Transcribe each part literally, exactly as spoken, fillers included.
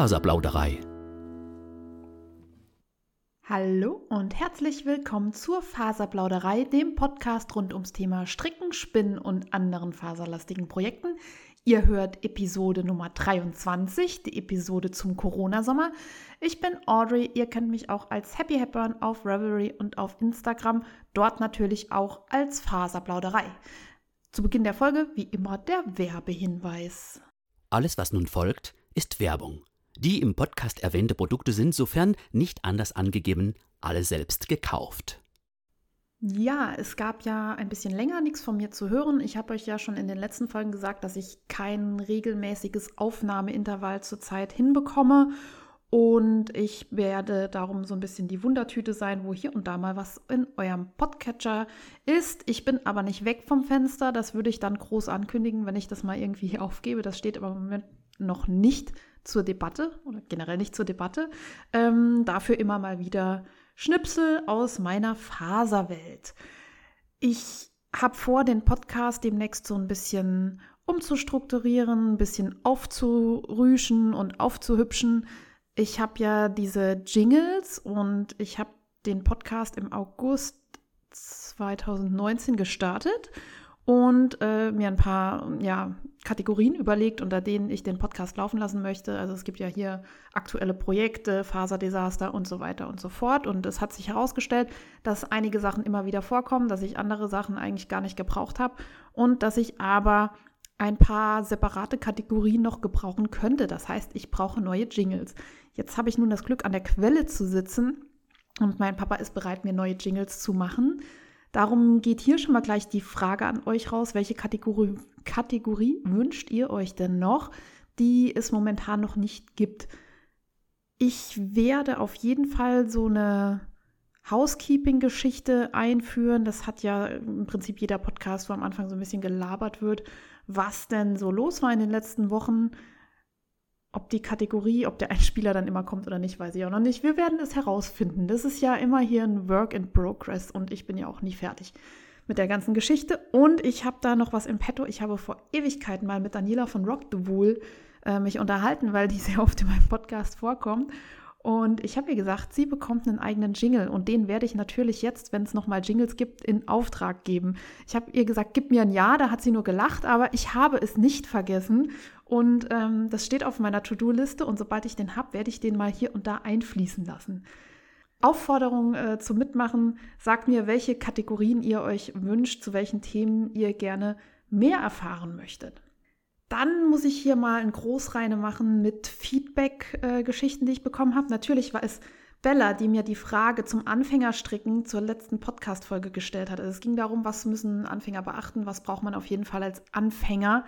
Faserplauderei. Hallo und herzlich willkommen zur Faserplauderei, dem Podcast rund ums Thema Stricken, Spinnen und anderen faserlastigen Projekten. Ihr hört Episode Nummer dreiundzwanzig, die Episode zum Corona-Sommer. Ich bin Audrey, ihr kennt mich auch als Happy Hepburn auf Ravelry und auf Instagram, dort natürlich auch als Faserplauderei. Zu Beginn der Folge wie immer der Werbehinweis. Alles, was nun folgt, ist Werbung. Die im Podcast erwähnte Produkte sind, sofern nicht anders angegeben, alle selbst gekauft. Ja, es gab ja ein bisschen länger nichts von mir zu hören. Ich habe euch ja schon in den letzten Folgen gesagt, dass ich kein regelmäßiges Aufnahmeintervall zurzeit hinbekomme. Und ich werde darum so ein bisschen die Wundertüte sein, wo hier und da mal was in eurem Podcatcher ist. Ich bin aber nicht weg vom Fenster. Das würde ich dann groß ankündigen, wenn ich das mal irgendwie hier aufgebe. Das steht aber im Moment noch nicht zur Debatte oder generell nicht zur Debatte. Ähm, dafür immer mal wieder Schnipsel aus meiner Faserwelt. Ich habe vor, den Podcast demnächst so ein bisschen umzustrukturieren, ein bisschen aufzurüschen und aufzuhübschen. Ich habe ja diese Jingles und ich habe den Podcast im August zweitausendneunzehn gestartet und äh, mir ein paar ja, Kategorien überlegt, unter denen ich den Podcast laufen lassen möchte. Also es gibt ja hier aktuelle Projekte, Faserdesaster und so weiter und so fort. Und es hat sich herausgestellt, dass einige Sachen immer wieder vorkommen, dass ich andere Sachen eigentlich gar nicht gebraucht habe und dass ich aber ein paar separate Kategorien noch gebrauchen könnte. Das heißt, ich brauche neue Jingles. Jetzt habe ich nun das Glück, an der Quelle zu sitzen und mein Papa ist bereit, mir neue Jingles zu machen. Darum geht hier schon mal gleich die Frage an euch raus, welche Kategorie, Kategorie wünscht ihr euch denn noch, die es momentan noch nicht gibt? Ich werde auf jeden Fall so eine Housekeeping-Geschichte einführen. Das hat ja im Prinzip jeder Podcast, wo am Anfang so ein bisschen gelabert wird, was denn so los war in den letzten Wochen. Ob die Kategorie, ob der Einspieler dann immer kommt oder nicht, weiß ich auch noch nicht. Wir werden es herausfinden. Das ist ja immer hier ein Work in Progress und ich bin ja auch nie fertig mit der ganzen Geschichte. Und ich habe da noch was im Petto. Ich habe vor Ewigkeiten mal mit Daniela von Rock the Wool äh, mich unterhalten, weil die sehr oft in meinem Podcast vorkommt. Und ich habe ihr gesagt, sie bekommt einen eigenen Jingle und den werde ich natürlich jetzt, wenn es nochmal Jingles gibt, in Auftrag geben. Ich habe ihr gesagt, gib mir ein Ja, da hat sie nur gelacht, aber ich habe es nicht vergessen und ähm, das steht auf meiner To-Do-Liste und sobald ich den habe, werde ich den mal hier und da einfließen lassen. Aufforderung äh, zum Mitmachen, sagt mir, welche Kategorien ihr euch wünscht, zu welchen Themen ihr gerne mehr erfahren möchtet. Dann muss ich hier mal ein Großreine machen mit Feedback-Geschichten, die ich bekommen habe. Natürlich war es Bella, die mir die Frage zum Anfängerstricken zur letzten Podcast-Folge gestellt hat. Also es ging darum, was müssen Anfänger beachten, was braucht man auf jeden Fall als Anfänger.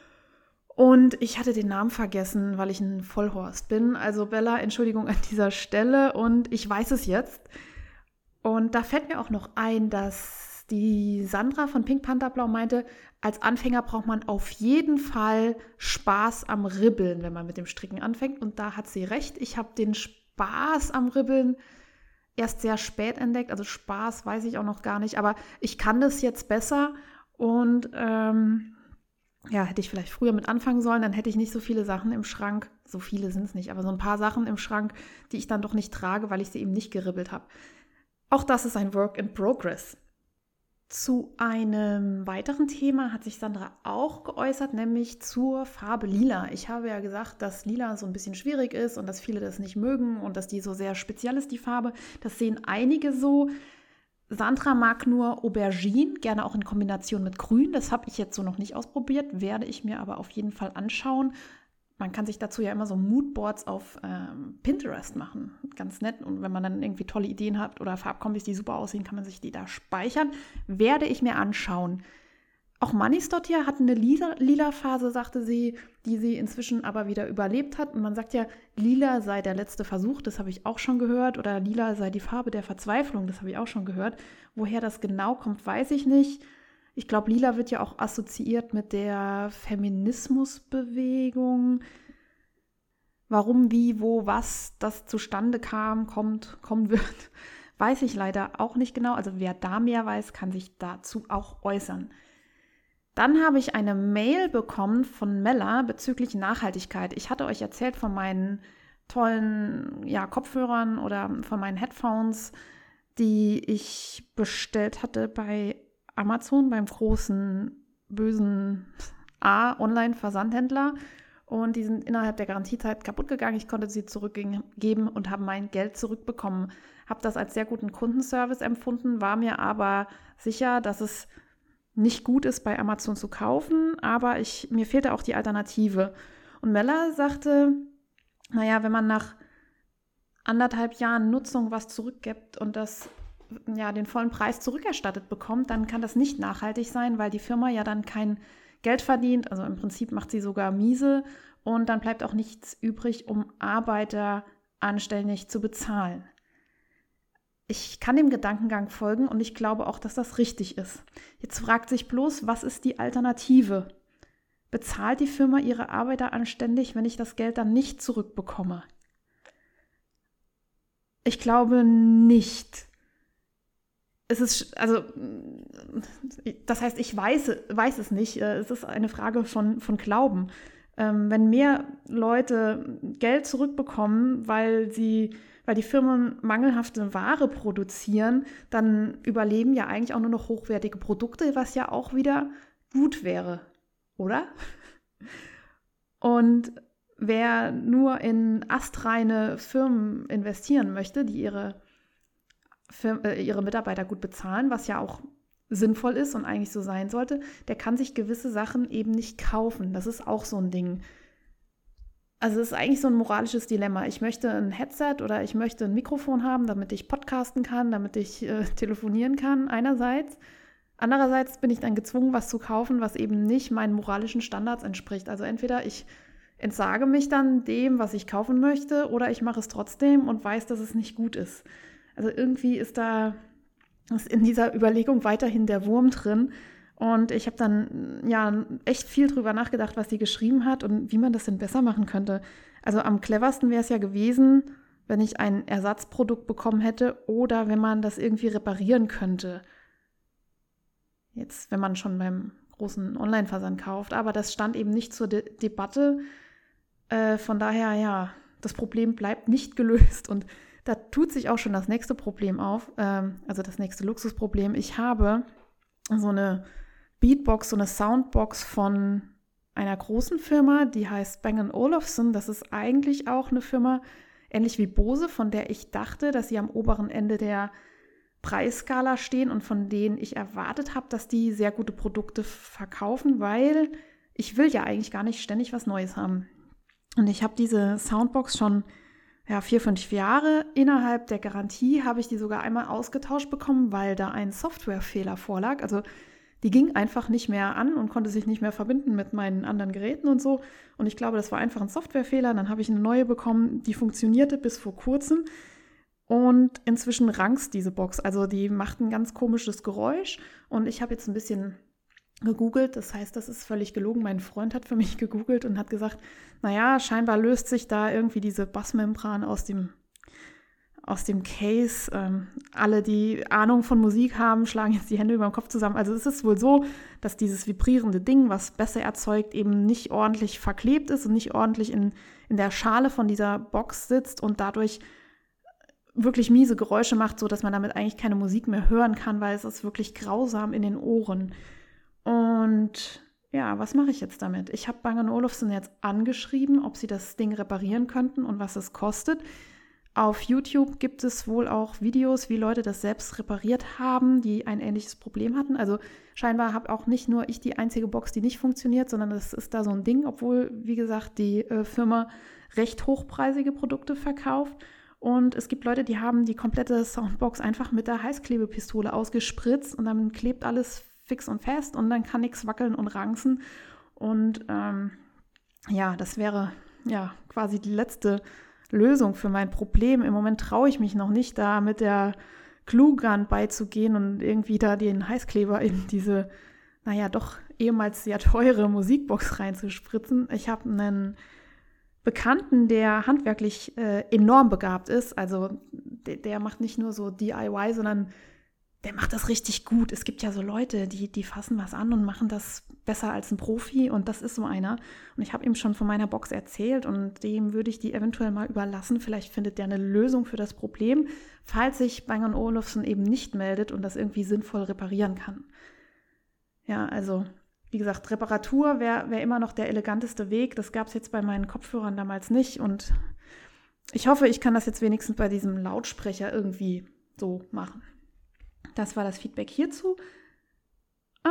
Und ich hatte den Namen vergessen, weil ich ein Vollhorst bin. Also Bella, Entschuldigung an dieser Stelle und ich weiß es jetzt. Und da fällt mir auch noch ein, dass die Sandra von Pink Panther Blau meinte, als Anfänger braucht man auf jeden Fall Spaß am Ribbeln, wenn man mit dem Stricken anfängt. Und da hat sie recht. Ich habe den Spaß am Ribbeln erst sehr spät entdeckt. Also Spaß weiß ich auch noch gar nicht. Aber ich kann das jetzt besser. Und ähm, ja, hätte ich vielleicht früher mit anfangen sollen, dann hätte ich nicht so viele Sachen im Schrank. So viele sind es nicht, aber so ein paar Sachen im Schrank, die ich dann doch nicht trage, weil ich sie eben nicht geribbelt habe. Auch das ist ein Work in Progress. Zu einem weiteren Thema hat sich Sandra auch geäußert, nämlich zur Farbe Lila. Ich habe ja gesagt, dass Lila so ein bisschen schwierig ist und dass viele das nicht mögen und dass die so sehr speziell ist, die Farbe. Das sehen einige so. Sandra mag nur Aubergine, gerne auch in Kombination mit Grün. Das habe ich jetzt so noch nicht ausprobiert, werde ich mir aber auf jeden Fall anschauen. Man kann sich dazu ja immer so Moodboards auf ähm, Pinterest machen. Ganz nett. Und wenn man dann irgendwie tolle Ideen hat oder Farbkombis, die super aussehen, kann man sich die da speichern. Werde ich mir anschauen. Auch Manisdottir hat eine lila, lila Phase, sagte sie, die sie inzwischen aber wieder überlebt hat. Und man sagt ja, lila sei der letzte Versuch, das habe ich auch schon gehört. Oder lila sei die Farbe der Verzweiflung, das habe ich auch schon gehört. Woher das genau kommt, weiß ich nicht. Ich glaube, lila wird ja auch assoziiert mit der Feminismusbewegung. Warum, wie, wo, was das zustande kam, kommt, kommen wird, weiß ich leider auch nicht genau. Also wer da mehr weiß, kann sich dazu auch äußern. Dann habe ich eine Mail bekommen von Mella bezüglich Nachhaltigkeit. Ich hatte euch erzählt von meinen tollen ja, Kopfhörern oder von meinen Headphones, die ich bestellt hatte bei Amazon, beim großen, bösen A-Online-Versandhändler. Und die sind innerhalb der Garantiezeit kaputt gegangen. Ich konnte sie zurückgeben und habe mein Geld zurückbekommen. Habe das als sehr guten Kundenservice empfunden, war mir aber sicher, dass es nicht gut ist, bei Amazon zu kaufen. Aber ich, mir fehlte auch die Alternative. Und Mella sagte, naja, wenn man nach anderthalb Jahren Nutzung was zurückgibt und das ja den vollen Preis zurückerstattet bekommt, dann kann das nicht nachhaltig sein, weil die Firma ja dann kein Geld verdient, also im Prinzip macht sie sogar miese und dann bleibt auch nichts übrig, um Arbeiter anständig zu bezahlen. Ich kann dem Gedankengang folgen und ich glaube auch, dass das richtig ist. Jetzt fragt sich bloß, was ist die Alternative? Bezahlt die Firma ihre Arbeiter anständig, wenn ich das Geld dann nicht zurückbekomme? Ich glaube nicht. Es ist, also, das heißt, ich weiß, weiß es nicht. Es ist eine Frage von, von Glauben. Ähm, wenn mehr Leute Geld zurückbekommen, weil sie, weil die Firmen mangelhafte Ware produzieren, dann überleben ja eigentlich auch nur noch hochwertige Produkte, was ja auch wieder gut wäre, oder? Und wer nur in astreine Firmen investieren möchte, die ihre Für, äh, ihre Mitarbeiter gut bezahlen, was ja auch sinnvoll ist und eigentlich so sein sollte, der kann sich gewisse Sachen eben nicht kaufen. Das ist auch so ein Ding. Also es ist eigentlich so ein moralisches Dilemma. Ich möchte ein Headset oder ich möchte ein Mikrofon haben, damit ich podcasten kann, damit ich äh, telefonieren kann einerseits. Andererseits bin ich dann gezwungen, was zu kaufen, was eben nicht meinen moralischen Standards entspricht. Also entweder ich entsage mich dann dem, was ich kaufen möchte, oder ich mache es trotzdem und weiß, dass es nicht gut ist. Also irgendwie ist da ist in dieser Überlegung weiterhin der Wurm drin. Und ich habe dann ja echt viel drüber nachgedacht, was sie geschrieben hat und wie man das denn besser machen könnte. Also am cleversten wäre es ja gewesen, wenn ich ein Ersatzprodukt bekommen hätte oder wenn man das irgendwie reparieren könnte. Jetzt, wenn man schon beim großen Online-Versand kauft. Aber das stand eben nicht zur De- Debatte. Äh, von daher, ja, das Problem bleibt nicht gelöst. Und da tut sich auch schon das nächste Problem auf, ähm, also das nächste Luxusproblem. Ich habe so eine Beatbox, so eine Soundbox von einer großen Firma, die heißt Bang and Olufsen. Das ist eigentlich auch eine Firma, ähnlich wie Bose, von der ich dachte, dass sie am oberen Ende der Preisskala stehen und von denen ich erwartet habe, dass die sehr gute Produkte verkaufen, weil ich will ja eigentlich gar nicht ständig was Neues haben. Und ich habe diese Soundbox schon ja, vier, fünf Jahre. Innerhalb der Garantie habe ich die sogar einmal ausgetauscht bekommen, weil da ein Softwarefehler vorlag. Also die ging einfach nicht mehr an und konnte sich nicht mehr verbinden mit meinen anderen Geräten und so. Und ich glaube, das war einfach ein Softwarefehler. Dann habe ich eine neue bekommen, die funktionierte bis vor kurzem. Und inzwischen rankst diese Box. Also die macht ein ganz komisches Geräusch. Und ich habe jetzt ein bisschen gegoogelt, das heißt, das ist völlig gelogen. Mein Freund hat für mich gegoogelt und hat gesagt, naja, scheinbar löst sich da irgendwie diese Bassmembran aus dem, aus dem Case. Ähm, alle, die Ahnung von Musik haben, schlagen jetzt die Hände über den Kopf zusammen. Also es ist wohl so, dass dieses vibrierende Ding, was Bässe erzeugt, eben nicht ordentlich verklebt ist und nicht ordentlich in, in der Schale von dieser Box sitzt und dadurch wirklich miese Geräusche macht, sodass man damit eigentlich keine Musik mehr hören kann, weil es ist wirklich grausam in den Ohren. Und ja, was mache ich jetzt damit? Ich habe Bang and Olufsen jetzt angeschrieben, ob sie das Ding reparieren könnten und was es kostet. Auf YouTube gibt es wohl auch Videos, wie Leute das selbst repariert haben, die ein ähnliches Problem hatten. Also scheinbar habe auch nicht nur ich die einzige Box, die nicht funktioniert, sondern es ist da so ein Ding, obwohl, wie gesagt, die äh, Firma recht hochpreisige Produkte verkauft. Und es gibt Leute, die haben die komplette Soundbox einfach mit der Heißklebepistole ausgespritzt und dann klebt alles fix und fest und dann kann nichts wackeln und ranksen. Und ähm, ja, das wäre ja quasi die letzte Lösung für mein Problem. Im Moment traue ich mich noch nicht, da mit der Glue Gun beizugehen und irgendwie da den Heißkleber in diese, naja, doch ehemals sehr teure Musikbox reinzuspritzen. Ich habe einen Bekannten, der handwerklich äh, enorm begabt ist. Also der, der macht nicht nur so D I Y, sondern der macht das richtig gut. Es gibt ja so Leute, die, die fassen was an und machen das besser als ein Profi und das ist so einer. Und ich habe ihm schon von meiner Box erzählt und dem würde ich die eventuell mal überlassen. Vielleicht findet der eine Lösung für das Problem, falls sich Bang und Olufsen eben nicht meldet und das irgendwie sinnvoll reparieren kann. Ja, also wie gesagt, Reparatur wäre wär immer noch der eleganteste Weg. Das gab es jetzt bei meinen Kopfhörern damals nicht und ich hoffe, ich kann das jetzt wenigstens bei diesem Lautsprecher irgendwie so machen. Das war das Feedback hierzu. Ähm,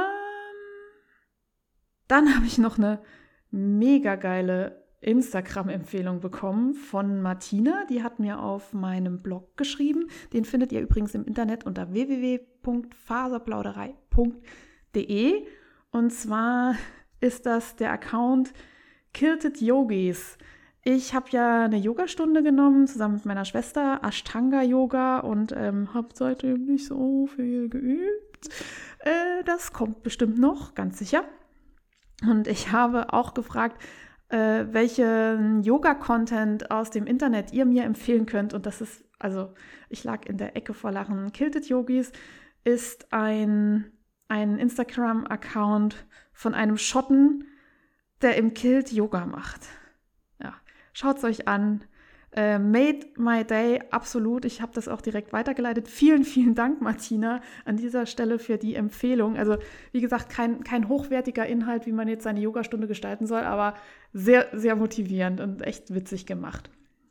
dann habe ich noch eine mega geile Instagram-Empfehlung bekommen von Martina. Die hat mir auf meinem Blog geschrieben. Den findet ihr übrigens im Internet unter w w w punkt faserplauderei punkt de. Und zwar ist das der Account Kilted Yogis. Ich habe ja eine Yogastunde genommen, zusammen mit meiner Schwester, Ashtanga-Yoga und ähm, habe seitdem nicht so viel geübt. Äh, das kommt bestimmt noch, ganz sicher. Und ich habe auch gefragt, äh, welchen Yoga-Content aus dem Internet ihr mir empfehlen könnt. Und das ist, also ich lag in der Ecke vor Lachen. Kilted Yogis ist ein, ein Instagram-Account von einem Schotten, der im Kilt Yoga macht. Schaut es euch an. Uh, made my day, absolut. Ich habe das auch direkt weitergeleitet. Vielen, vielen Dank, Martina, an dieser Stelle für die Empfehlung. Also, wie gesagt, kein, kein hochwertiger Inhalt, wie man jetzt seine Yogastunde gestalten soll, aber sehr, sehr motivierend und echt witzig gemacht.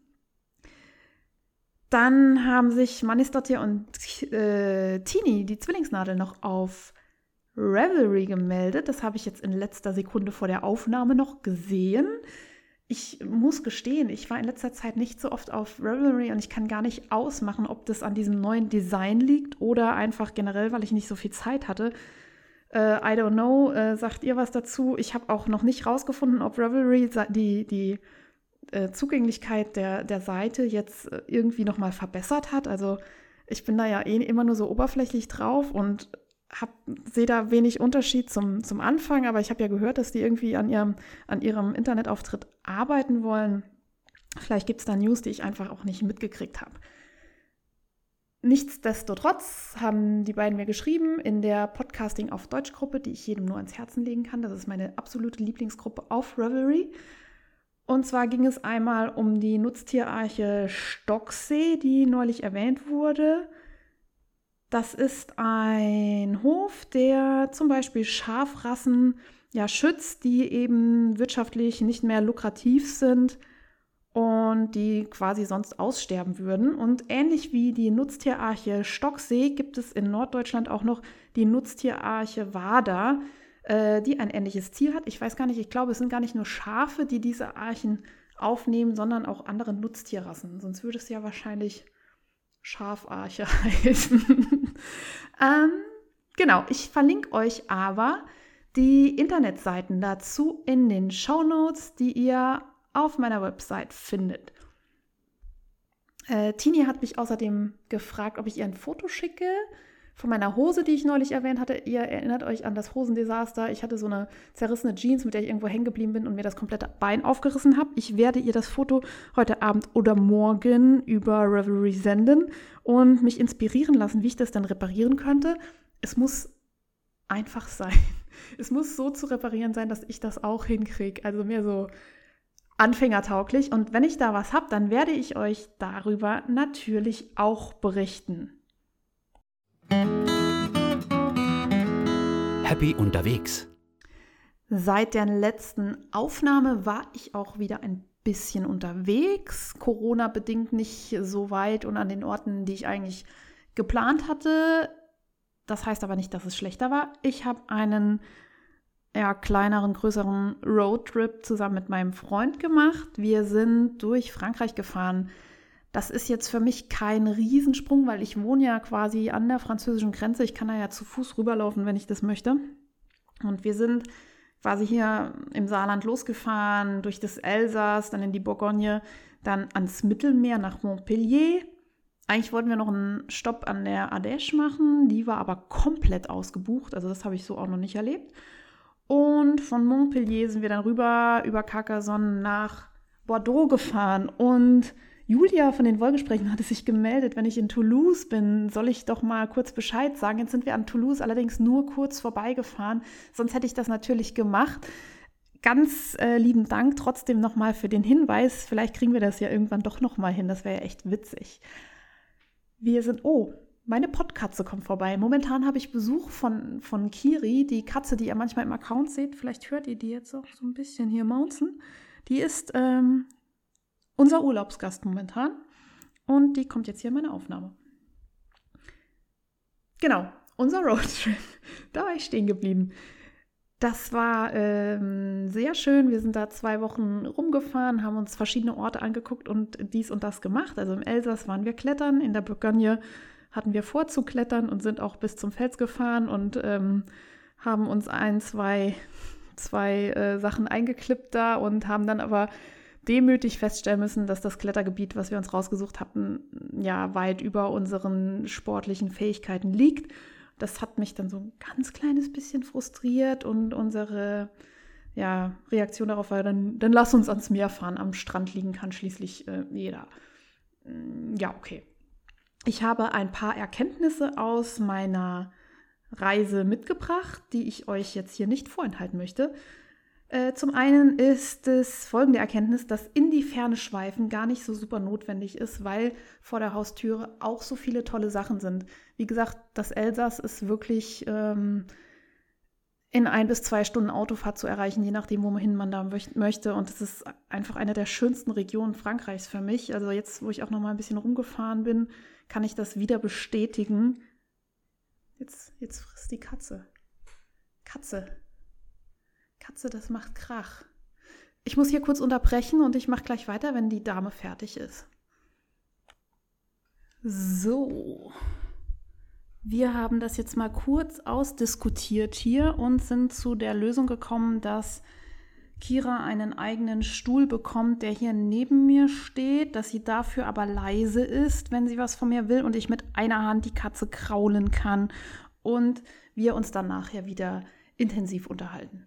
Dann haben sich Manisdottir und äh, Tini, die Zwillingsnadel, noch auf Ravelry gemeldet. Das habe ich jetzt in letzter Sekunde vor der Aufnahme noch gesehen. Ich muss gestehen, ich war in letzter Zeit nicht so oft auf Ravelry und ich kann gar nicht ausmachen, ob das an diesem neuen Design liegt oder einfach generell, weil ich nicht so viel Zeit hatte. Äh, I don't know, äh, sagt ihr was dazu? Ich habe auch noch nicht rausgefunden, ob Ravelry die, die äh, Zugänglichkeit der, der Seite jetzt äh, irgendwie nochmal verbessert hat. Also ich bin da ja eh immer nur so oberflächlich drauf und sehe da wenig Unterschied zum, zum Anfang, aber ich habe ja gehört, dass die irgendwie an ihrem, an ihrem Internetauftritt arbeiten wollen. Vielleicht gibt es da News, die ich einfach auch nicht mitgekriegt habe. Nichtsdestotrotz haben die beiden mir geschrieben in der Podcasting auf Deutsch-Gruppe, die ich jedem nur ans Herzen legen kann. Das ist meine absolute Lieblingsgruppe auf Ravelry. Und zwar ging es einmal um die Nutztierarche Stocksee, die neulich erwähnt wurde. Das ist ein Hof, der zum Beispiel Schafrassen ja, schützt, die eben wirtschaftlich nicht mehr lukrativ sind und die quasi sonst aussterben würden. Und ähnlich wie die Nutztierarche Stocksee gibt es in Norddeutschland auch noch die Nutztierarche Wader, äh, die ein ähnliches Ziel hat. Ich weiß gar nicht, ich glaube, es sind gar nicht nur Schafe, die diese Archen aufnehmen, sondern auch andere Nutztierrassen. Sonst würde es ja wahrscheinlich Schafarche heißen. ähm, genau, ich verlinke euch aber die Internetseiten dazu in den Shownotes, die ihr auf meiner Website findet. Äh, Tini hat mich außerdem gefragt, ob ich ihr ein Foto schicke von meiner Hose, die ich neulich erwähnt hatte. Ihr erinnert euch an das Hosendesaster. Ich hatte so eine zerrissene Jeans, mit der ich irgendwo hängen geblieben bin und mir das komplette Bein aufgerissen habe. Ich werde ihr das Foto heute Abend oder morgen über Ravelry senden und mich inspirieren lassen, wie ich das dann reparieren könnte. Es muss einfach sein. Es muss so zu reparieren sein, dass ich das auch hinkriege. Also mehr so anfängertauglich. Und wenn ich da was habe, dann werde ich euch darüber natürlich auch berichten. Happy unterwegs. Seit der letzten Aufnahme war ich auch wieder ein bisschen unterwegs. Corona-bedingt nicht so weit und an den Orten, die ich eigentlich geplant hatte. Das heißt aber nicht, dass es schlechter war. Ich habe einen eher kleineren, größeren Roadtrip zusammen mit meinem Freund gemacht. Wir sind durch Frankreich gefahren. Das ist jetzt für mich kein Riesensprung, weil ich wohne ja quasi an der französischen Grenze. Ich kann da ja zu Fuß rüberlaufen, wenn ich das möchte. Und wir sind quasi hier im Saarland losgefahren, durch das Elsass, dann in die Bourgogne, dann ans Mittelmeer nach Montpellier. Eigentlich wollten wir noch einen Stopp an der Ardèche machen, die war aber komplett ausgebucht. Also das habe ich so auch noch nicht erlebt. Und von Montpellier sind wir dann rüber über Carcassonne nach Bordeaux gefahren. Und Julia von den Wollgesprächen hatte sich gemeldet, wenn ich in Toulouse bin, soll ich doch mal kurz Bescheid sagen. Jetzt sind wir an Toulouse allerdings nur kurz vorbeigefahren, sonst hätte ich das natürlich gemacht. Ganz äh, lieben Dank trotzdem nochmal für den Hinweis. Vielleicht kriegen wir das ja irgendwann doch nochmal hin, das wäre ja echt witzig. Wir sind, oh, meine Pottkatze kommt vorbei. Momentan habe ich Besuch von, von Kiri, die Katze, die ihr manchmal im Account seht. Vielleicht hört ihr die jetzt auch so ein bisschen hier maunzen. Die ist ähm, unser Urlaubsgast momentan und die kommt jetzt hier in meine Aufnahme. Genau, unser Roadtrip. Da war ich stehen geblieben. Das war ähm, sehr schön. Wir sind da zwei Wochen rumgefahren, haben uns verschiedene Orte angeguckt und dies und das gemacht. Also im Elsass waren wir klettern, in der Bourgogne hatten wir vor zu klettern und sind auch bis zum Fels gefahren und ähm, haben uns ein, zwei, zwei äh, Sachen eingeklippt da und haben dann aber demütig feststellen müssen, dass das Klettergebiet, was wir uns rausgesucht hatten, ja weit über unseren sportlichen Fähigkeiten liegt. Das hat mich dann so ein ganz kleines bisschen frustriert und unsere ja, Reaktion darauf war, dann, dann lass uns ans Meer fahren. Am Strand liegen kann schließlich äh, jeder. Ja, okay. Ich habe ein paar Erkenntnisse aus meiner Reise mitgebracht, die ich euch jetzt hier nicht vorenthalten möchte. Äh, zum einen ist es folgende Erkenntnis, dass in die Ferne schweifen gar nicht so super notwendig ist, weil vor der Haustüre auch so viele tolle Sachen sind. Wie gesagt, das Elsass ist wirklich ähm, in ein bis zwei Stunden Autofahrt zu erreichen, je nachdem, wohin man da möcht- möchte. Und es ist einfach eine der schönsten Regionen Frankreichs für mich. Also jetzt, wo ich auch noch mal ein bisschen rumgefahren bin, kann ich das wieder bestätigen. Jetzt, jetzt frisst die Katze. Katze. Katze, das macht Krach. Ich muss hier kurz unterbrechen und ich mache gleich weiter, wenn die Dame fertig ist. So. Wir haben das jetzt mal kurz ausdiskutiert hier und sind zu der Lösung gekommen, dass Kira einen eigenen Stuhl bekommt, der hier neben mir steht, dass sie dafür aber leise ist, wenn sie was von mir will und ich mit einer Hand die Katze kraulen kann und wir uns dann nachher wieder intensiv unterhalten.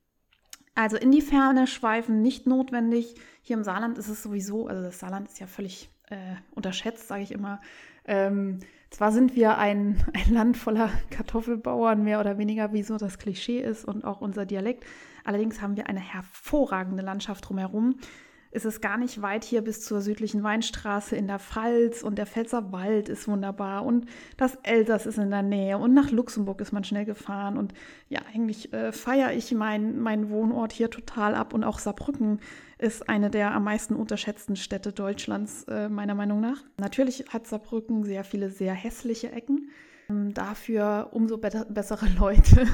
Also in die Ferne schweifen nicht notwendig. Hier im Saarland ist es sowieso, also das Saarland ist ja völlig äh, unterschätzt, sage ich immer. Ähm, zwar sind wir ein, ein Land voller Kartoffelbauern, mehr oder weniger, wie so das Klischee ist und auch unser Dialekt. Allerdings haben wir eine hervorragende Landschaft drumherum. Es ist gar nicht weit hier bis zur südlichen Weinstraße in der Pfalz und der Pfälzer Wald ist wunderbar und das Elsass ist in der Nähe und nach Luxemburg ist man schnell gefahren und ja, eigentlich äh, feiere ich meinen mein Wohnort hier total ab und auch Saarbrücken ist eine der am meisten unterschätzten Städte Deutschlands, äh, meiner Meinung nach. Natürlich hat Saarbrücken sehr viele sehr hässliche Ecken, ähm, dafür umso be- bessere Leute.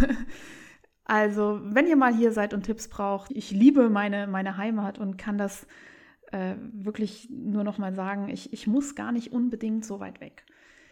Also, wenn ihr mal hier seid und Tipps braucht, ich liebe meine, meine Heimat und kann das äh, wirklich nur noch mal sagen, ich, ich muss gar nicht unbedingt so weit weg.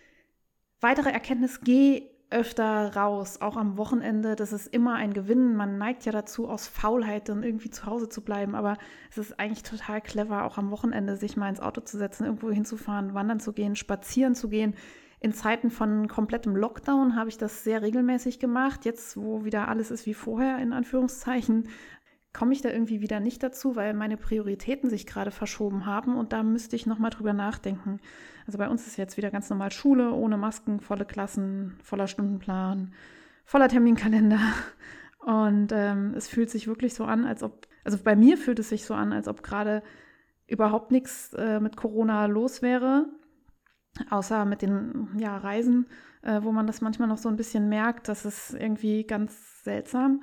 Weitere Erkenntnis, geh öfter raus, auch am Wochenende, das ist immer ein Gewinn. Man neigt ja dazu, aus Faulheit dann irgendwie zu Hause zu bleiben, aber es ist eigentlich total clever, auch am Wochenende sich mal ins Auto zu setzen, irgendwo hinzufahren, wandern zu gehen, spazieren zu gehen. In Zeiten von komplettem Lockdown habe ich das sehr regelmäßig gemacht. Jetzt, wo wieder alles ist wie vorher, in Anführungszeichen, komme ich da irgendwie wieder nicht dazu, weil meine Prioritäten sich gerade verschoben haben und da müsste ich nochmal drüber nachdenken. Also bei uns ist jetzt wieder ganz normal Schule, ohne Masken, volle Klassen, voller Stundenplan, voller Terminkalender und ähm, es fühlt sich wirklich so an, als ob, also bei mir fühlt es sich so an, als ob gerade überhaupt nichts äh, mit Corona los wäre. Außer mit den ja, Reisen, äh, wo man das manchmal noch so ein bisschen merkt, das ist irgendwie ganz seltsam.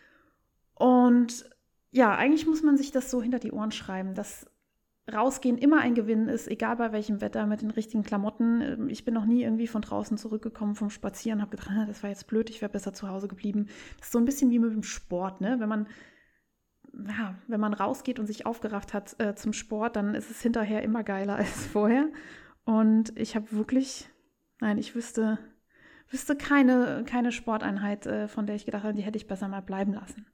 Und ja, eigentlich muss man sich das so hinter die Ohren schreiben, dass Rausgehen immer ein Gewinn ist, egal bei welchem Wetter, mit den richtigen Klamotten. Ich bin noch nie irgendwie von draußen zurückgekommen vom Spazieren, habe gedacht, das war jetzt blöd, ich wäre besser zu Hause geblieben. Das ist so ein bisschen wie mit dem Sport, ne? Wenn man ja, wenn man rausgeht und sich aufgerafft hat äh, zum Sport, dann ist es hinterher immer geiler als vorher. Und ich habe wirklich, nein, ich wüsste, wüsste keine, keine Sporteinheit, äh, von der ich gedacht habe, die hätte ich besser mal bleiben lassen.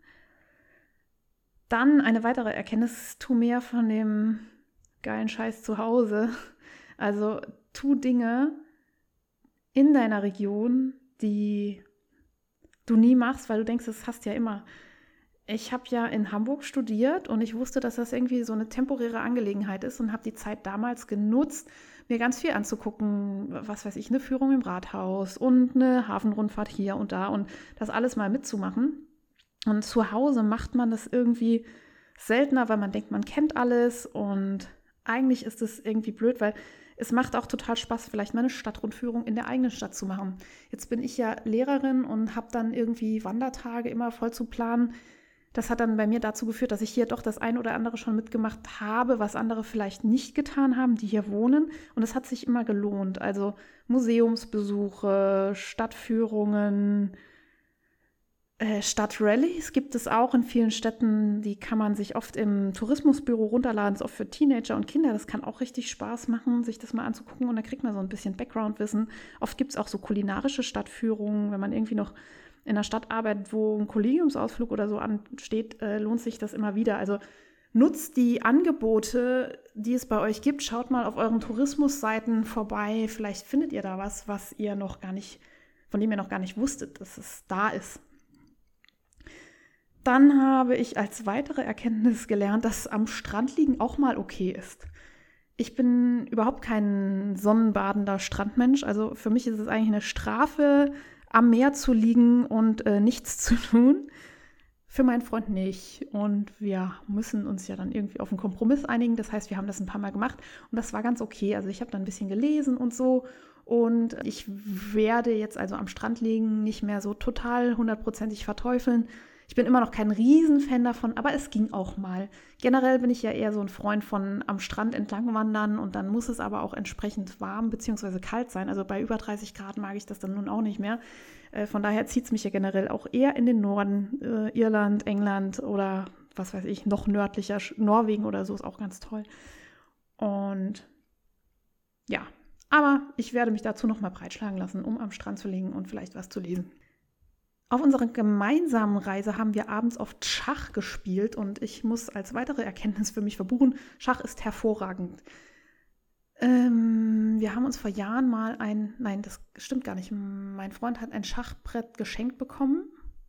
Dann eine weitere Erkenntnis, tu mehr von dem geilen Scheiß zu Hause. Also tu Dinge in deiner Region, die du nie machst, weil du denkst, das hast ja immer. Ich habe ja in Hamburg studiert und ich wusste, dass das irgendwie so eine temporäre Angelegenheit ist und habe die Zeit damals genutzt, mir ganz viel anzugucken, was weiß ich, eine Führung im Rathaus und eine Hafenrundfahrt hier und da und das alles mal mitzumachen. Und zu Hause macht man das irgendwie seltener, weil man denkt, man kennt alles und eigentlich ist es irgendwie blöd, weil es macht auch total Spaß, vielleicht mal eine Stadtrundführung in der eigenen Stadt zu machen. Jetzt bin ich ja Lehrerin und habe dann irgendwie Wandertage immer voll zu planen. Das hat dann bei mir dazu geführt, dass ich hier doch das ein oder andere schon mitgemacht habe, was andere vielleicht nicht getan haben, die hier wohnen. Und es hat sich immer gelohnt. Also Museumsbesuche, Stadtführungen, äh, Stadtrallies gibt es auch in vielen Städten. Die kann man sich oft im Tourismusbüro runterladen. Das ist oft für Teenager und Kinder. Das kann auch richtig Spaß machen, sich das mal anzugucken. Und da kriegt man so ein bisschen Background-Wissen. Oft gibt es auch so kulinarische Stadtführungen, wenn man irgendwie noch in einer Stadt arbeitet, wo ein Kollegiumsausflug oder so ansteht, äh, lohnt sich das immer wieder. Also nutzt die Angebote, die es bei euch gibt. Schaut mal auf euren Tourismusseiten vorbei. Vielleicht findet ihr da was, was ihr noch gar nicht, von dem ihr noch gar nicht wusstet, dass es da ist. Dann habe ich als weitere Erkenntnis gelernt, dass am Strand liegen auch mal okay ist. Ich bin überhaupt kein sonnenbadender Strandmensch. Also für mich ist es eigentlich eine Strafe, am Meer zu liegen und äh, nichts zu tun. Für meinen Freund nicht. Und wir müssen uns ja dann irgendwie auf einen Kompromiss einigen. Das heißt, wir haben das ein paar Mal gemacht und das war ganz okay. Also ich habe dann ein bisschen gelesen und so. Und ich werde jetzt also am Strand liegen nicht mehr so total hundertprozentig verteufeln. Ich bin immer noch kein Riesenfan davon, aber es ging auch mal. Generell bin ich ja eher so ein Freund von am Strand entlang wandern und dann muss es aber auch entsprechend warm bzw. kalt sein. Also bei über dreißig Grad mag ich das dann nun auch nicht mehr. Äh, von daher zieht es mich ja generell auch eher in den Norden, äh, Irland, England oder was weiß ich, noch nördlicher, Norwegen oder so ist auch ganz toll. Und ja, aber ich werde mich dazu nochmal breitschlagen lassen, um am Strand zu liegen und vielleicht was zu lesen. Auf unserer gemeinsamen Reise haben wir abends oft Schach gespielt und ich muss als weitere Erkenntnis für mich verbuchen, Schach ist hervorragend. Ähm, wir haben uns vor Jahren mal ein, nein, das stimmt gar nicht, mein Freund hat ein Schachbrett geschenkt bekommen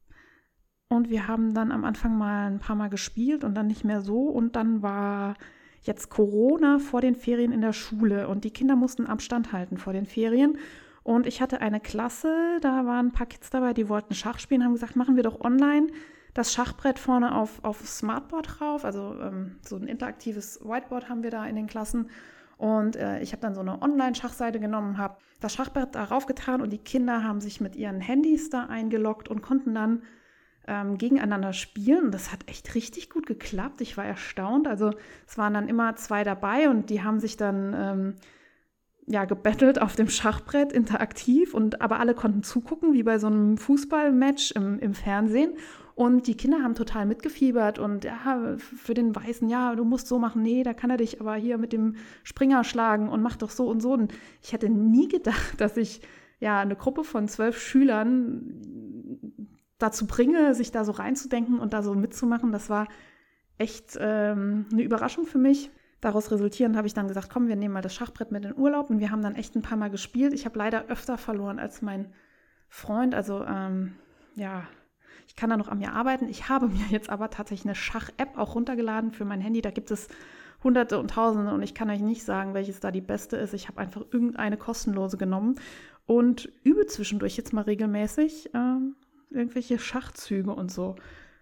und wir haben dann am Anfang mal ein paar Mal gespielt und dann nicht mehr so und dann war jetzt Corona vor den Ferien in der Schule und die Kinder mussten Abstand halten vor den Ferien. Und ich hatte eine Klasse, da waren ein paar Kids dabei, die wollten Schach spielen, haben gesagt, machen wir doch online das Schachbrett vorne auf, auf Smartboard drauf. Also ähm, so ein interaktives Whiteboard haben wir da in den Klassen. Und äh, ich habe dann so eine Online-Schachseite genommen, habe das Schachbrett darauf getan und die Kinder haben sich mit ihren Handys da eingeloggt und konnten dann ähm, gegeneinander spielen. Und das hat echt richtig gut geklappt. Ich war erstaunt. Also es waren dann immer zwei dabei und die haben sich dann Ähm, ja, gebettelt auf dem Schachbrett, interaktiv und aber alle konnten zugucken, wie bei so einem Fußballmatch im, im Fernsehen und die Kinder haben total mitgefiebert und ja, für den Weißen, ja, du musst so machen, nee, da kann er dich aber hier mit dem Springer schlagen und mach doch so und so und ich hätte nie gedacht, dass ich ja eine Gruppe von zwölf Schülern dazu bringe, sich da so reinzudenken und da so mitzumachen, das war echt ähm, eine Überraschung für mich. Daraus resultierend habe ich dann gesagt, komm, wir nehmen mal das Schachbrett mit in Urlaub und wir haben dann echt ein paar Mal gespielt. Ich habe leider öfter verloren als mein Freund, also ähm, ja, ich kann da noch an mir arbeiten. Ich habe mir jetzt aber tatsächlich eine Schach-App auch runtergeladen für mein Handy. Da gibt es Hunderte und Tausende und ich kann euch nicht sagen, welches da die beste ist. Ich habe einfach irgendeine kostenlose genommen und übe zwischendurch jetzt mal regelmäßig äh, irgendwelche Schachzüge und so.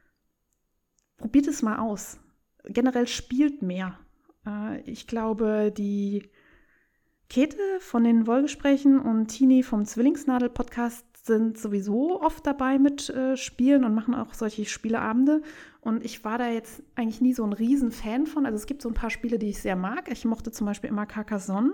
Probiert es mal aus. Generell spielt mehr. Ich glaube, die Käthe von den Wollgesprächen und Tini vom Zwillingsnadel-Podcast sind sowieso oft dabei mit äh, Spielen und machen auch solche Spieleabende. Und ich war da jetzt eigentlich nie so ein Riesenfan von. Also es gibt so ein paar Spiele, die ich sehr mag. Ich mochte zum Beispiel immer Carcassonne,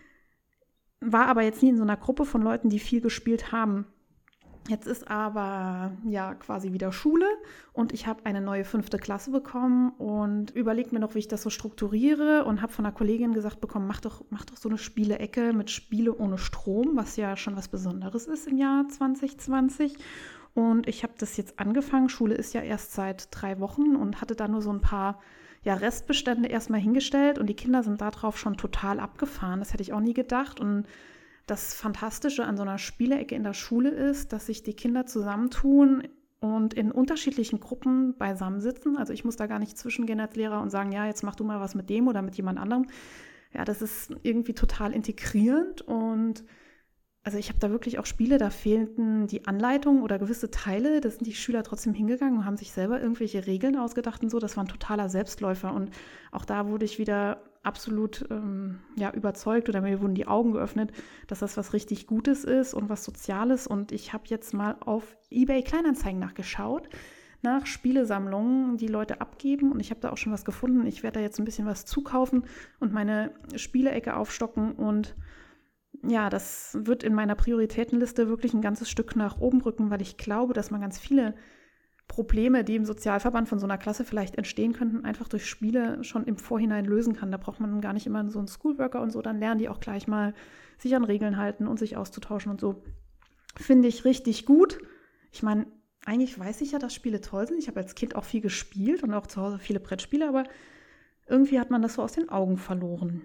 war aber jetzt nie in so einer Gruppe von Leuten, die viel gespielt haben. Jetzt ist aber ja quasi wieder Schule und ich habe eine neue fünfte Klasse bekommen und überlege mir noch, wie ich das so strukturiere und habe von einer Kollegin gesagt bekommen, mach doch, mach doch so eine Spielecke mit Spiele ohne Strom, was ja schon was Besonderes ist im Jahr zwanzig zwanzig. Und ich habe das jetzt angefangen. Schule ist ja erst seit drei Wochen und hatte da nur so ein paar ja, Restbestände erstmal hingestellt und die Kinder sind darauf schon total abgefahren. Das hätte ich auch nie gedacht. Und das Fantastische an so einer Spielecke in der Schule ist, dass sich die Kinder zusammentun und in unterschiedlichen Gruppen beisammensitzen. Also ich muss da gar nicht zwischengehen als Lehrer und sagen, ja, jetzt mach du mal was mit dem oder mit jemand anderem. Ja, das ist irgendwie total integrierend und also ich habe da wirklich auch Spiele, da fehlten die Anleitungen oder gewisse Teile, da sind die Schüler trotzdem hingegangen und haben sich selber irgendwelche Regeln ausgedacht und so. Das war ein totaler Selbstläufer und auch da wurde ich wieder absolut ähm, ja, überzeugt oder mir wurden die Augen geöffnet, dass das was richtig Gutes ist und was Soziales. Und ich habe jetzt mal auf eBay Kleinanzeigen nachgeschaut, nach Spielesammlungen, die Leute abgeben und ich habe da auch schon was gefunden. Ich werde da jetzt ein bisschen was zukaufen und meine Spielecke aufstocken und ja, das wird in meiner Prioritätenliste wirklich ein ganzes Stück nach oben rücken, weil ich glaube, dass man ganz viele Probleme, die im Sozialverband von so einer Klasse vielleicht entstehen könnten, einfach durch Spiele schon im Vorhinein lösen kann. Da braucht man gar nicht immer so einen Schoolworker und so, dann lernen die auch gleich mal sich an Regeln halten und sich auszutauschen und so. Finde ich richtig gut. Ich meine, eigentlich weiß ich ja, dass Spiele toll sind. Ich habe als Kind auch viel gespielt und auch zu Hause viele Brettspiele, aber irgendwie hat man das so aus den Augen verloren.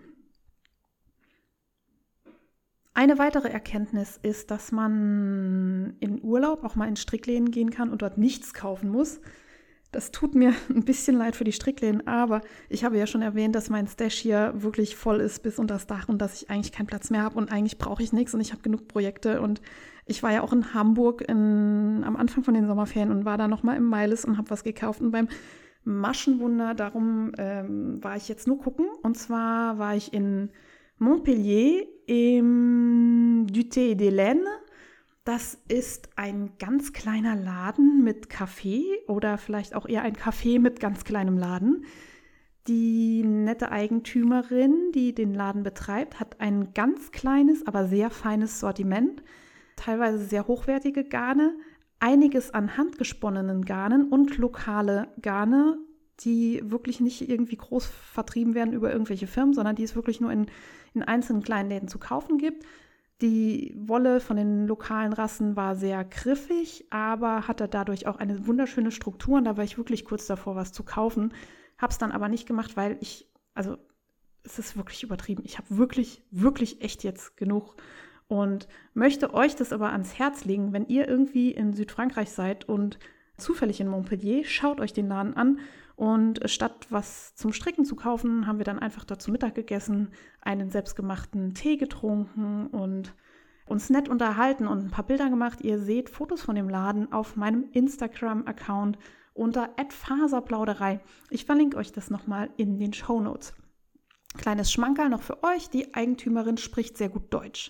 Eine weitere Erkenntnis ist, dass man in Urlaub auch mal in Strickläden gehen kann und dort nichts kaufen muss. Das tut mir ein bisschen leid für die Strickläden, aber ich habe ja schon erwähnt, dass mein Stash hier wirklich voll ist bis unter das Dach und dass ich eigentlich keinen Platz mehr habe und eigentlich brauche ich nichts und ich habe genug Projekte. Und ich war ja auch in Hamburg in, am Anfang von den Sommerferien und war da nochmal im Meiles und habe was gekauft. Und beim Maschenwunder, darum ähm, war ich jetzt nur gucken. Und zwar war ich in Montpellier im Du Thé et des Laines. Das ist ein ganz kleiner Laden mit Café oder vielleicht auch eher ein Café mit ganz kleinem Laden. Die nette Eigentümerin, die den Laden betreibt, hat ein ganz kleines, aber sehr feines Sortiment, teilweise sehr hochwertige Garne, einiges an handgesponnenen Garnen und lokale Garne, die wirklich nicht irgendwie groß vertrieben werden über irgendwelche Firmen, sondern die es wirklich nur in, in einzelnen kleinen Läden zu kaufen gibt. Die Wolle von den lokalen Rassen war sehr griffig, aber hatte dadurch auch eine wunderschöne Struktur. Und da war ich wirklich kurz davor, was zu kaufen. Habe es dann aber nicht gemacht, weil ich, also es ist wirklich übertrieben. Ich habe wirklich, wirklich echt jetzt genug und möchte euch das aber ans Herz legen, wenn ihr irgendwie in Südfrankreich seid und zufällig in Montpellier, schaut euch den Laden an. Und statt was zum Stricken zu kaufen, haben wir dann einfach dort zu Mittag gegessen, einen selbstgemachten Tee getrunken und uns nett unterhalten und ein paar Bilder gemacht. Ihr seht Fotos von dem Laden auf meinem Instagram-Account unter at faserplauderei. Ich verlinke euch das nochmal in den Shownotes. Kleines Schmankerl noch für euch, die Eigentümerin spricht sehr gut Deutsch.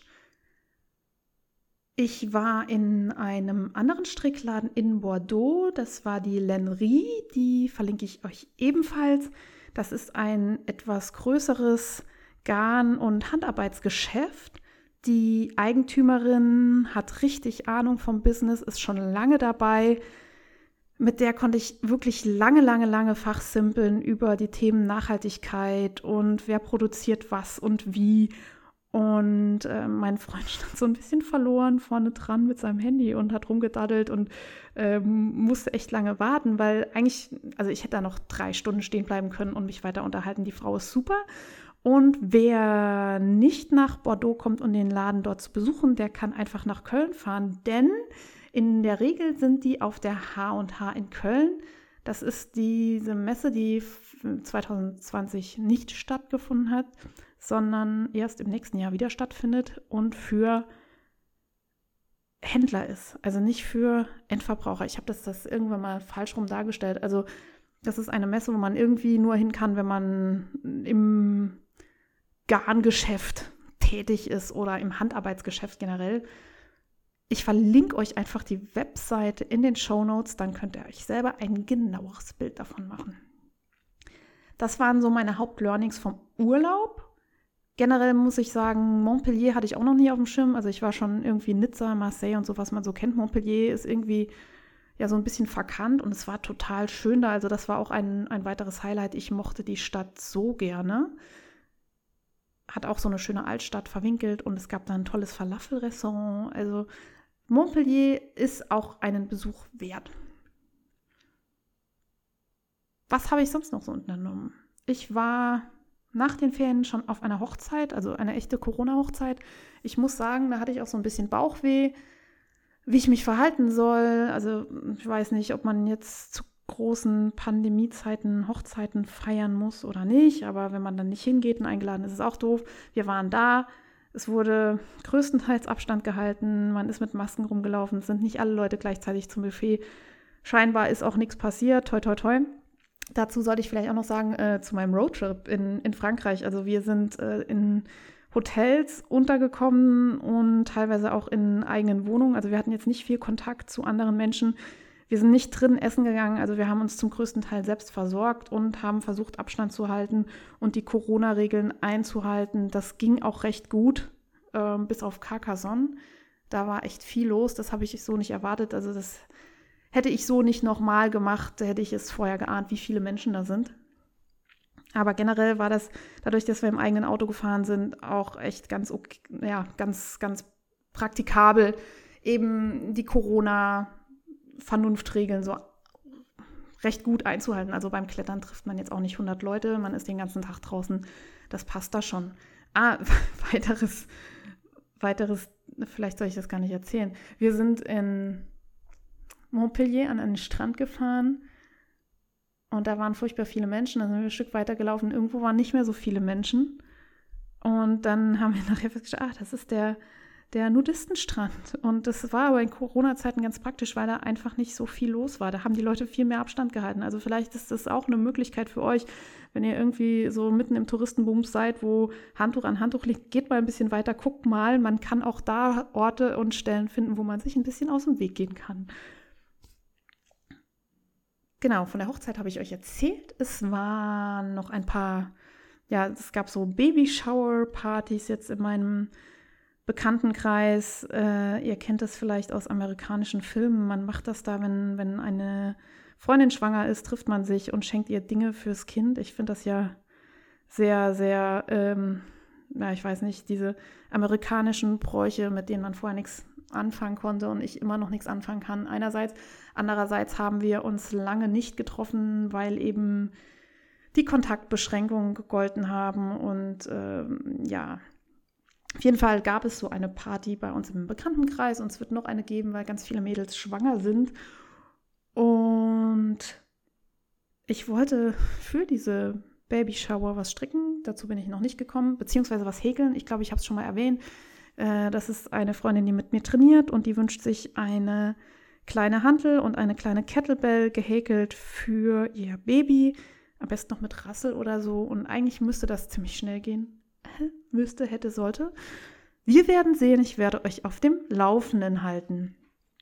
Ich war in einem anderen Strickladen in Bordeaux, das war die Lainerie, die verlinke ich euch ebenfalls. Das ist ein etwas größeres Garn- und Handarbeitsgeschäft. Die Eigentümerin hat richtig Ahnung vom Business, ist schon lange dabei. Mit der konnte ich wirklich lange, lange, lange fachsimpeln über die Themen Nachhaltigkeit und wer produziert was und wie. Und äh, mein Freund stand so ein bisschen verloren vorne dran mit seinem Handy und hat rumgedaddelt und ähm, musste echt lange warten, weil eigentlich, also ich hätte da noch drei Stunden stehen bleiben können und mich weiter unterhalten. Die Frau ist super. Und wer nicht nach Bordeaux kommt, um den Laden dort zu besuchen, der kann einfach nach Köln fahren, denn in der Regel sind die auf der H und H in Köln. Das ist diese Messe, die zwanzig zwanzig nicht stattgefunden hat, sondern erst im nächsten Jahr wieder stattfindet und für Händler ist, also nicht für Endverbraucher. Ich habe das, das irgendwann mal falsch rum dargestellt. Also das ist eine Messe, wo man irgendwie nur hin kann, wenn man im Garngeschäft tätig ist oder im Handarbeitsgeschäft generell. Ich verlinke euch einfach die Webseite in den Shownotes, dann könnt ihr euch selber ein genaueres Bild davon machen. Das waren so meine Hauptlearnings vom Urlaub. Generell muss ich sagen, Montpellier hatte ich auch noch nie auf dem Schirm. Also ich war schon irgendwie in Nizza, Marseille und so, was man so kennt. Montpellier ist irgendwie ja so ein bisschen verkannt und es war total schön da. Also das war auch ein, ein weiteres Highlight. Ich mochte die Stadt so gerne. Hat auch so eine schöne Altstadt verwinkelt und es gab da ein tolles Falafel-Restaurant. Also Montpellier ist auch einen Besuch wert. Was habe ich sonst noch so unternommen? Ich war nach den Ferien schon auf einer Hochzeit, also eine echte Corona-Hochzeit. Ich muss sagen, da hatte ich auch so ein bisschen Bauchweh, wie ich mich verhalten soll. Also ich weiß nicht, ob man jetzt zu großen Pandemiezeiten Hochzeiten feiern muss oder nicht, aber wenn man dann nicht hingeht und eingeladen ist, ist es auch doof. Wir waren da, es wurde größtenteils Abstand gehalten, man ist mit Masken rumgelaufen, es sind nicht alle Leute gleichzeitig zum Buffet. Scheinbar ist auch nichts passiert, toi toi toi. Dazu sollte ich vielleicht auch noch sagen, äh, zu meinem Roadtrip in, in Frankreich. Also wir sind äh, in Hotels untergekommen und teilweise auch in eigenen Wohnungen. Also wir hatten jetzt nicht viel Kontakt zu anderen Menschen. Wir sind nicht drin essen gegangen. Also wir haben uns zum größten Teil selbst versorgt und haben versucht, Abstand zu halten und die Corona-Regeln einzuhalten. Das ging auch recht gut, äh, bis auf Carcassonne. Da war echt viel los. Das habe ich so nicht erwartet. Also das hätte ich so nicht nochmal gemacht, hätte ich es vorher geahnt, wie viele Menschen da sind. Aber generell war das, dadurch, dass wir im eigenen Auto gefahren sind, auch echt ganz, okay, ja, ganz, ganz praktikabel, eben die Corona-Vernunftregeln so recht gut einzuhalten. Also beim Klettern trifft man jetzt auch nicht hundert Leute, man ist den ganzen Tag draußen, das passt da schon. Ah, weiteres, weiteres, vielleicht soll ich das gar nicht erzählen. Wir sind in Montpellier an einen Strand gefahren. Und da waren furchtbar viele Menschen, dann sind wir ein Stück weiter gelaufen. Irgendwo waren nicht mehr so viele Menschen. Und dann haben wir nachher festgestellt, ach, das ist der, der Nudistenstrand. Und das war aber in Corona-Zeiten ganz praktisch, weil da einfach nicht so viel los war. Da haben die Leute viel mehr Abstand gehalten. Also vielleicht ist das auch eine Möglichkeit für euch, wenn ihr irgendwie so mitten im Touristenboom seid, wo Handtuch an Handtuch liegt, geht mal ein bisschen weiter, guckt mal. Man kann auch da Orte und Stellen finden, wo man sich ein bisschen aus dem Weg gehen kann. Genau, von der Hochzeit habe ich euch erzählt. Es waren noch ein paar, ja, es gab so Baby-Shower-Partys jetzt in meinem Bekanntenkreis. Äh, ihr kennt das vielleicht aus amerikanischen Filmen. Man macht das da, wenn, wenn eine Freundin schwanger ist, trifft man sich und schenkt ihr Dinge fürs Kind. Ich finde das ja sehr, sehr, ähm, ja, ich weiß nicht, diese amerikanischen Bräuche, mit denen man vorher nichts anfangen konnte und ich immer noch nichts anfangen kann. Einerseits, andererseits haben wir uns lange nicht getroffen, weil eben die Kontaktbeschränkungen gegolten haben und ähm, ja, auf jeden Fall gab es so eine Party bei uns im Bekanntenkreis und es wird noch eine geben, weil ganz viele Mädels schwanger sind und ich wollte für diese Babyshower was stricken, dazu bin ich noch nicht gekommen, beziehungsweise was häkeln. Ich glaube, ich habe es schon mal erwähnt. Das ist eine Freundin, die mit mir trainiert und die wünscht sich eine kleine Hantel und eine kleine Kettlebell gehäkelt für ihr Baby. Am besten noch mit Rassel oder so. Und eigentlich müsste das ziemlich schnell gehen. Müsste, hätte, sollte. Wir werden sehen. Ich werde euch auf dem Laufenden halten.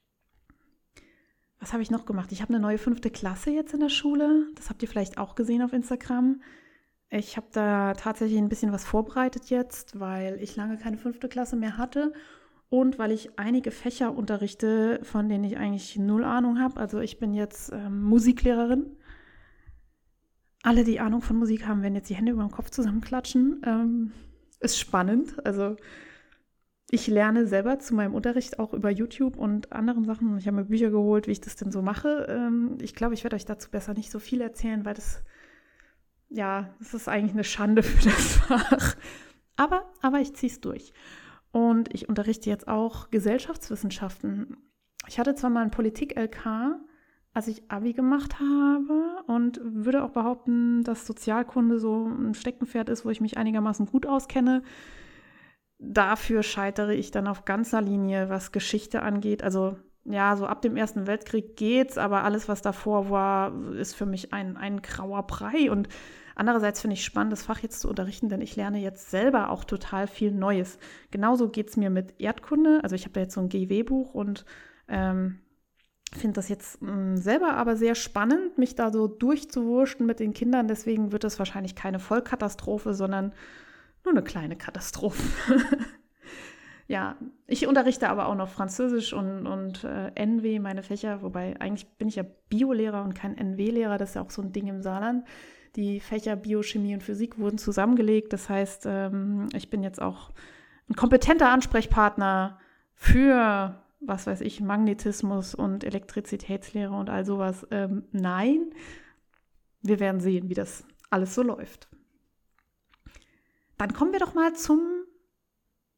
Was habe ich noch gemacht? Ich habe eine neue fünfte Klasse jetzt in der Schule. Das habt ihr vielleicht auch gesehen auf Instagram. Ich habe da tatsächlich ein bisschen was vorbereitet jetzt, weil ich lange keine fünfte Klasse mehr hatte und weil ich einige Fächer unterrichte, von denen ich eigentlich null Ahnung habe. Also ich bin jetzt ähm, Musiklehrerin. Alle, die Ahnung von Musik haben, werden jetzt die Hände über dem Kopf zusammenklatschen. Ähm, ist spannend. Also ich lerne selber zu meinem Unterricht auch über YouTube und anderen Sachen. Ich habe mir Bücher geholt, wie ich das denn so mache. Ähm, ich glaube, ich werde euch dazu besser nicht so viel erzählen, weil das Ja, das ist eigentlich eine Schande für das Fach. Aber, aber ich ziehe es durch. Und ich unterrichte jetzt auch Gesellschaftswissenschaften. Ich hatte zwar mal ein Politik-L K, als ich Abi gemacht habe und würde auch behaupten, dass Sozialkunde so ein Steckenpferd ist, wo ich mich einigermaßen gut auskenne. Dafür scheitere ich dann auf ganzer Linie, was Geschichte angeht. Also ja, so ab dem Ersten Weltkrieg geht's, aber alles, was davor war, ist für mich ein, ein grauer Brei. Und andererseits finde ich spannend, das Fach jetzt zu unterrichten, denn ich lerne jetzt selber auch total viel Neues. Genauso geht es mir mit Erdkunde. Also ich habe da jetzt so ein G W-Buch und ähm, finde das jetzt mh, selber aber sehr spannend, mich da so durchzuwurschen mit den Kindern. Deswegen wird das wahrscheinlich keine Vollkatastrophe, sondern nur eine kleine Katastrophe. Ja, ich unterrichte aber auch noch Französisch und, und äh, N W, meine Fächer, wobei eigentlich bin ich ja Biolehrer und kein N W-Lehrer, das ist ja auch so ein Ding im Saarland. Die Fächer Biochemie und Physik wurden zusammengelegt, das heißt, ähm, ich bin jetzt auch ein kompetenter Ansprechpartner für, was weiß ich, Magnetismus und Elektrizitätslehre und all sowas. Ähm, nein, wir werden sehen, wie das alles so läuft. Dann kommen wir doch mal zum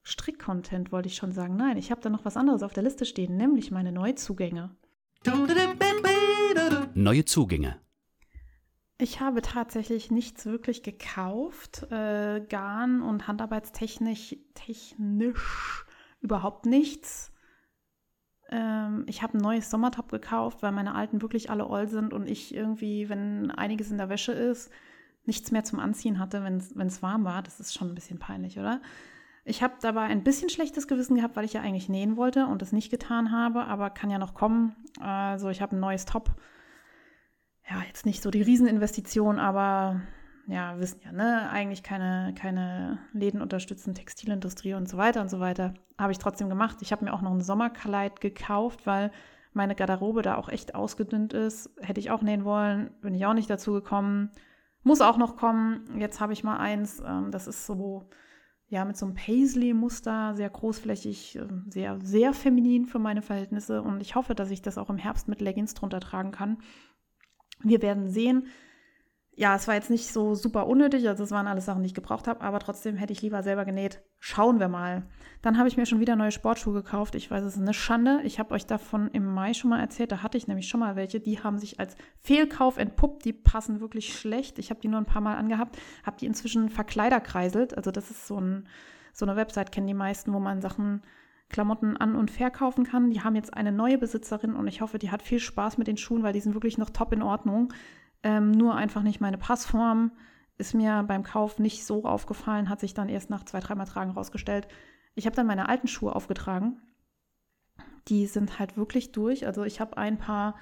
Strick-Content wollte ich schon sagen. Nein, ich habe da noch was anderes auf der Liste stehen, nämlich meine Neuzugänge. Neue Zugänge. Ich habe tatsächlich nichts wirklich gekauft. Äh, Garn- und Handarbeitstechnisch technisch überhaupt nichts. Ähm, ich habe ein neues Sommertop gekauft, weil meine alten wirklich alle oll sind und ich irgendwie, wenn einiges in der Wäsche ist, nichts mehr zum Anziehen hatte, wenn es warm war. Das ist schon ein bisschen peinlich, oder? Ich habe dabei ein bisschen schlechtes Gewissen gehabt, weil ich ja eigentlich nähen wollte und es nicht getan habe, aber kann ja noch kommen. Also ich habe ein neues Top. Ja, jetzt nicht so die Rieseninvestition, aber ja, wissen ja, ne, eigentlich keine, keine Läden unterstützen, Textilindustrie und so weiter und so weiter. Habe ich trotzdem gemacht. Ich habe mir auch noch ein Sommerkleid gekauft, weil meine Garderobe da auch echt ausgedünnt ist. Hätte ich auch nähen wollen, bin ich auch nicht dazu gekommen. Muss auch noch kommen. Jetzt habe ich mal eins, ähm, das ist so, ja, mit so einem Paisley-Muster, sehr großflächig, sehr, sehr feminin für meine Verhältnisse. Und ich hoffe, dass ich das auch im Herbst mit Leggings drunter tragen kann. Wir werden sehen. Ja, es war jetzt nicht so super unnötig, also es waren alles Sachen, die ich gebraucht habe, aber trotzdem hätte ich lieber selber genäht. Schauen wir mal. Dann habe ich mir schon wieder neue Sportschuhe gekauft. Ich weiß, es ist eine Schande. Ich habe euch davon im Mai schon mal erzählt, da hatte ich nämlich schon mal welche, die haben sich als Fehlkauf entpuppt, die passen wirklich schlecht. Ich habe die nur ein paar Mal angehabt, habe die inzwischen verkleiderkreiselt. Also das ist so, ein, so eine Website, kennen die meisten, wo man Sachen, Klamotten an- und verkaufen kann. Die haben jetzt eine neue Besitzerin und ich hoffe, die hat viel Spaß mit den Schuhen, weil die sind wirklich noch top in Ordnung. Ähm, nur einfach nicht meine Passform. Ist mir beim Kauf nicht so aufgefallen, hat sich dann erst nach zwei, dreimal Tragen rausgestellt. Ich habe dann meine alten Schuhe aufgetragen. Die sind halt wirklich durch. Also ich habe ein paar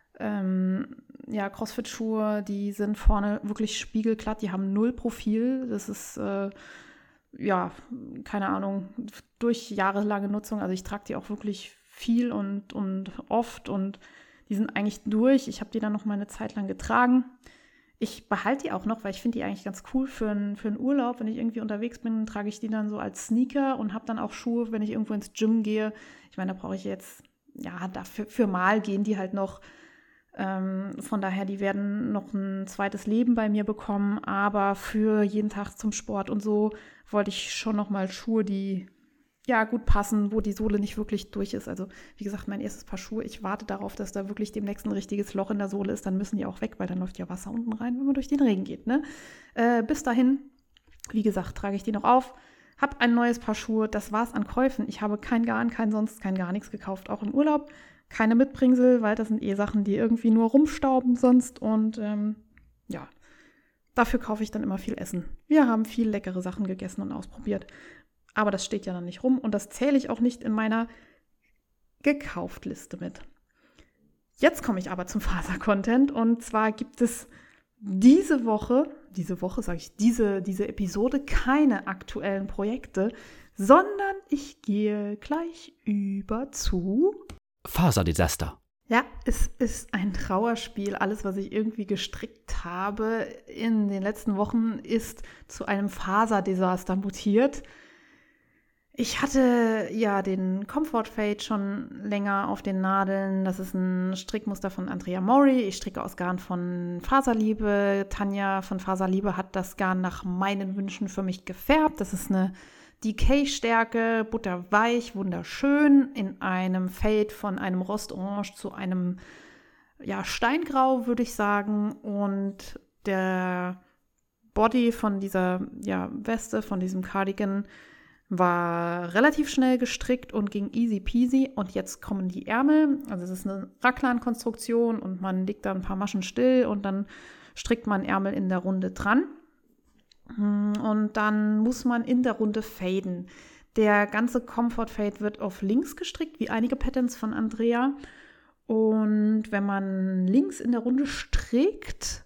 ähm, ja, Crossfit-Schuhe, die sind vorne wirklich spiegelglatt. Die haben null Profil. Das ist, äh, ja, keine Ahnung, durch jahrelange Nutzung. Also ich trage die auch wirklich viel und, und oft und die sind eigentlich durch. Ich habe die dann noch mal eine Zeit lang getragen. Ich behalte die auch noch, weil ich finde die eigentlich ganz cool für einen für einen Urlaub. Wenn ich irgendwie unterwegs bin, trage ich die dann so als Sneaker und habe dann auch Schuhe, wenn ich irgendwo ins Gym gehe. Ich meine, da brauche ich jetzt, ja, dafür, für mal gehen die halt noch. Ähm, von daher, die werden noch ein zweites Leben bei mir bekommen. Aber für jeden Tag zum Sport und so wollte ich schon noch mal Schuhe, die ja gut passen, wo die Sohle nicht wirklich durch ist. Also wie gesagt, mein erstes Paar Schuhe, ich warte darauf, dass da wirklich demnächst ein richtiges Loch in der Sohle ist. Dann müssen die auch weg, weil dann läuft ja Wasser unten rein, wenn man durch den Regen geht. Ne? Äh, bis dahin, wie gesagt, trage ich die noch auf. Hab ein neues Paar Schuhe. Das war's an Käufen. Ich habe kein Garn, kein sonst, kein gar nichts gekauft, auch im Urlaub. Keine Mitbringsel, weil das sind eh Sachen, die irgendwie nur rumstauben sonst. Und ähm, ja, dafür kaufe ich dann immer viel Essen. Wir haben viel leckere Sachen gegessen und ausprobiert. Aber das steht ja dann nicht rum und das zähle ich auch nicht in meiner Gekauft-Liste mit. Jetzt komme ich aber zum Faser-Content und zwar gibt es diese Woche, diese Woche sage ich, diese, diese Episode keine aktuellen Projekte, sondern ich gehe gleich über zu Faserdesaster. Ja, es ist ein Trauerspiel. Alles, was ich irgendwie gestrickt habe in den letzten Wochen, ist zu einem Faserdesaster mutiert. Ich hatte ja den Comfort Fade schon länger auf den Nadeln. Das ist ein Strickmuster von Andrea Mori. Ich stricke aus Garn von Faserliebe. Tanja von Faserliebe hat das Garn nach meinen Wünschen für mich gefärbt. Das ist eine Decay-Stärke, butterweich, wunderschön, in einem Fade von einem Rostorange zu einem ja, Steingrau, würde ich sagen. Und der Body von dieser ja, Weste, von diesem Cardigan, war relativ schnell gestrickt und ging easy peasy. Und jetzt kommen die Ärmel. Also es ist eine Raglan-Konstruktion und man legt da ein paar Maschen still und dann strickt man Ärmel in der Runde dran. Und dann muss man in der Runde faden. Der ganze Comfort Fade wird auf links gestrickt, wie einige Patterns von Andrea. Und wenn man links in der Runde strickt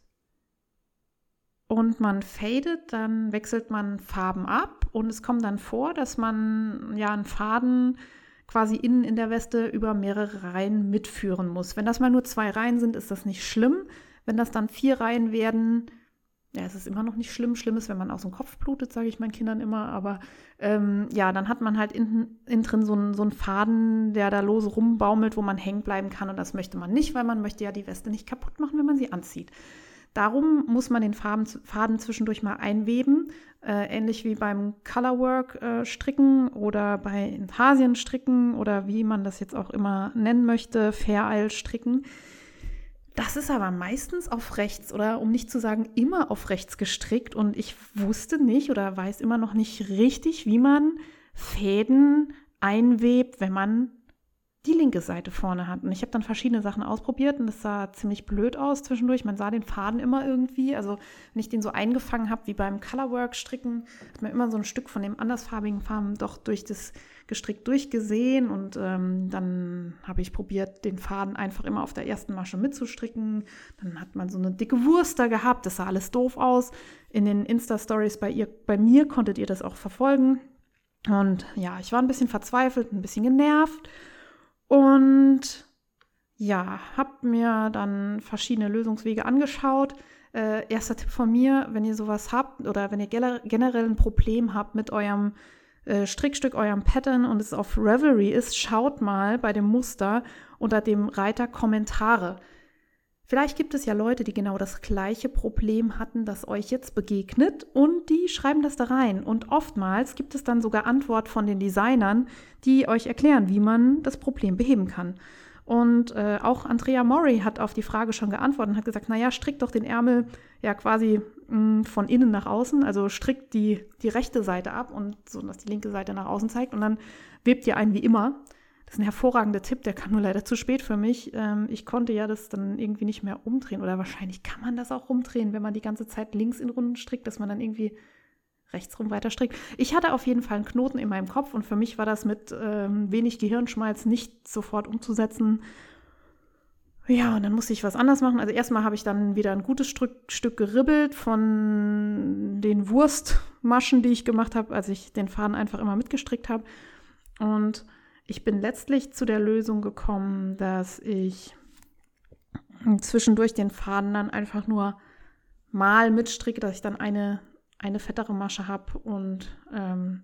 und man fadet, dann wechselt man Farben ab. Und es kommt dann vor, dass man ja einen Faden quasi innen in der Weste über mehrere Reihen mitführen muss. Wenn das mal nur zwei Reihen sind, ist das nicht schlimm. Wenn das dann vier Reihen werden, ja, es ist immer noch nicht schlimm. Schlimm ist, wenn man aus dem Kopf blutet, sage ich meinen Kindern immer. Aber ähm, ja, dann hat man halt innen, innen drin so einen, so einen Faden, der da lose rumbaumelt, wo man hängen bleiben kann. Und das möchte man nicht, weil man möchte ja die Weste nicht kaputt machen, wenn man sie anzieht. Darum muss man den Farben, Faden zwischendurch mal einweben, äh, ähnlich wie beim Colorwork äh, stricken oder bei Intarsien stricken oder wie man das jetzt auch immer nennen möchte, Fair Isle stricken. Das ist aber meistens auf rechts oder um nicht zu sagen immer auf rechts gestrickt und ich wusste nicht oder weiß immer noch nicht richtig, wie man Fäden einwebt, wenn man die linke Seite vorne hat. Und ich habe dann verschiedene Sachen ausprobiert und das sah ziemlich blöd aus zwischendurch. Man sah den Faden immer irgendwie. Also wenn ich den so eingefangen habe, wie beim Colorwork-Stricken, hat man immer so ein Stück von dem andersfarbigen Faden doch durch das Gestrick durchgesehen. Und ähm, dann habe ich probiert, den Faden einfach immer auf der ersten Masche mitzustricken. Dann hat man so eine dicke Wurst da gehabt. Das sah alles doof aus. In den Insta-Stories bei ihr, bei mir konntet ihr das auch verfolgen. Und ja, ich war ein bisschen verzweifelt, ein bisschen genervt. Und ja, habe mir dann verschiedene Lösungswege angeschaut. Äh, erster Tipp von mir, wenn ihr sowas habt oder wenn ihr generell ein Problem habt mit eurem äh, Strickstück, eurem Pattern und es auf Ravelry ist, schaut mal bei dem Muster unter dem Reiter Kommentare. Vielleicht gibt es ja Leute, die genau das gleiche Problem hatten, das euch jetzt begegnet und die schreiben das da rein. Und oftmals gibt es dann sogar Antwort von den Designern, die euch erklären, wie man das Problem beheben kann. Und äh, auch Andrea Mori hat auf die Frage schon geantwortet und hat gesagt, naja, strickt doch den Ärmel ja quasi mh, von innen nach außen, also strickt die, die rechte Seite ab und so, dass die linke Seite nach außen zeigt und dann webt ihr ein wie immer. Das ist ein hervorragender Tipp, der kam nur leider zu spät für mich. Ähm, ich konnte ja das dann irgendwie nicht mehr umdrehen oder wahrscheinlich kann man das auch umdrehen, wenn man die ganze Zeit links in Runden strickt, dass man dann irgendwie rechts rum weiter strickt. Ich hatte auf jeden Fall einen Knoten in meinem Kopf und für mich war das mit ähm, wenig Gehirnschmalz nicht sofort umzusetzen. Ja, und dann musste ich was anders machen. Also erstmal habe ich dann wieder ein gutes Stück, Stück geribbelt von den Wurstmaschen, die ich gemacht habe, als ich den Faden einfach immer mitgestrickt habe. Und ich bin letztlich zu der Lösung gekommen, dass ich zwischendurch den Faden dann einfach nur mal mitstricke, dass ich dann eine, eine fettere Masche habe und ähm,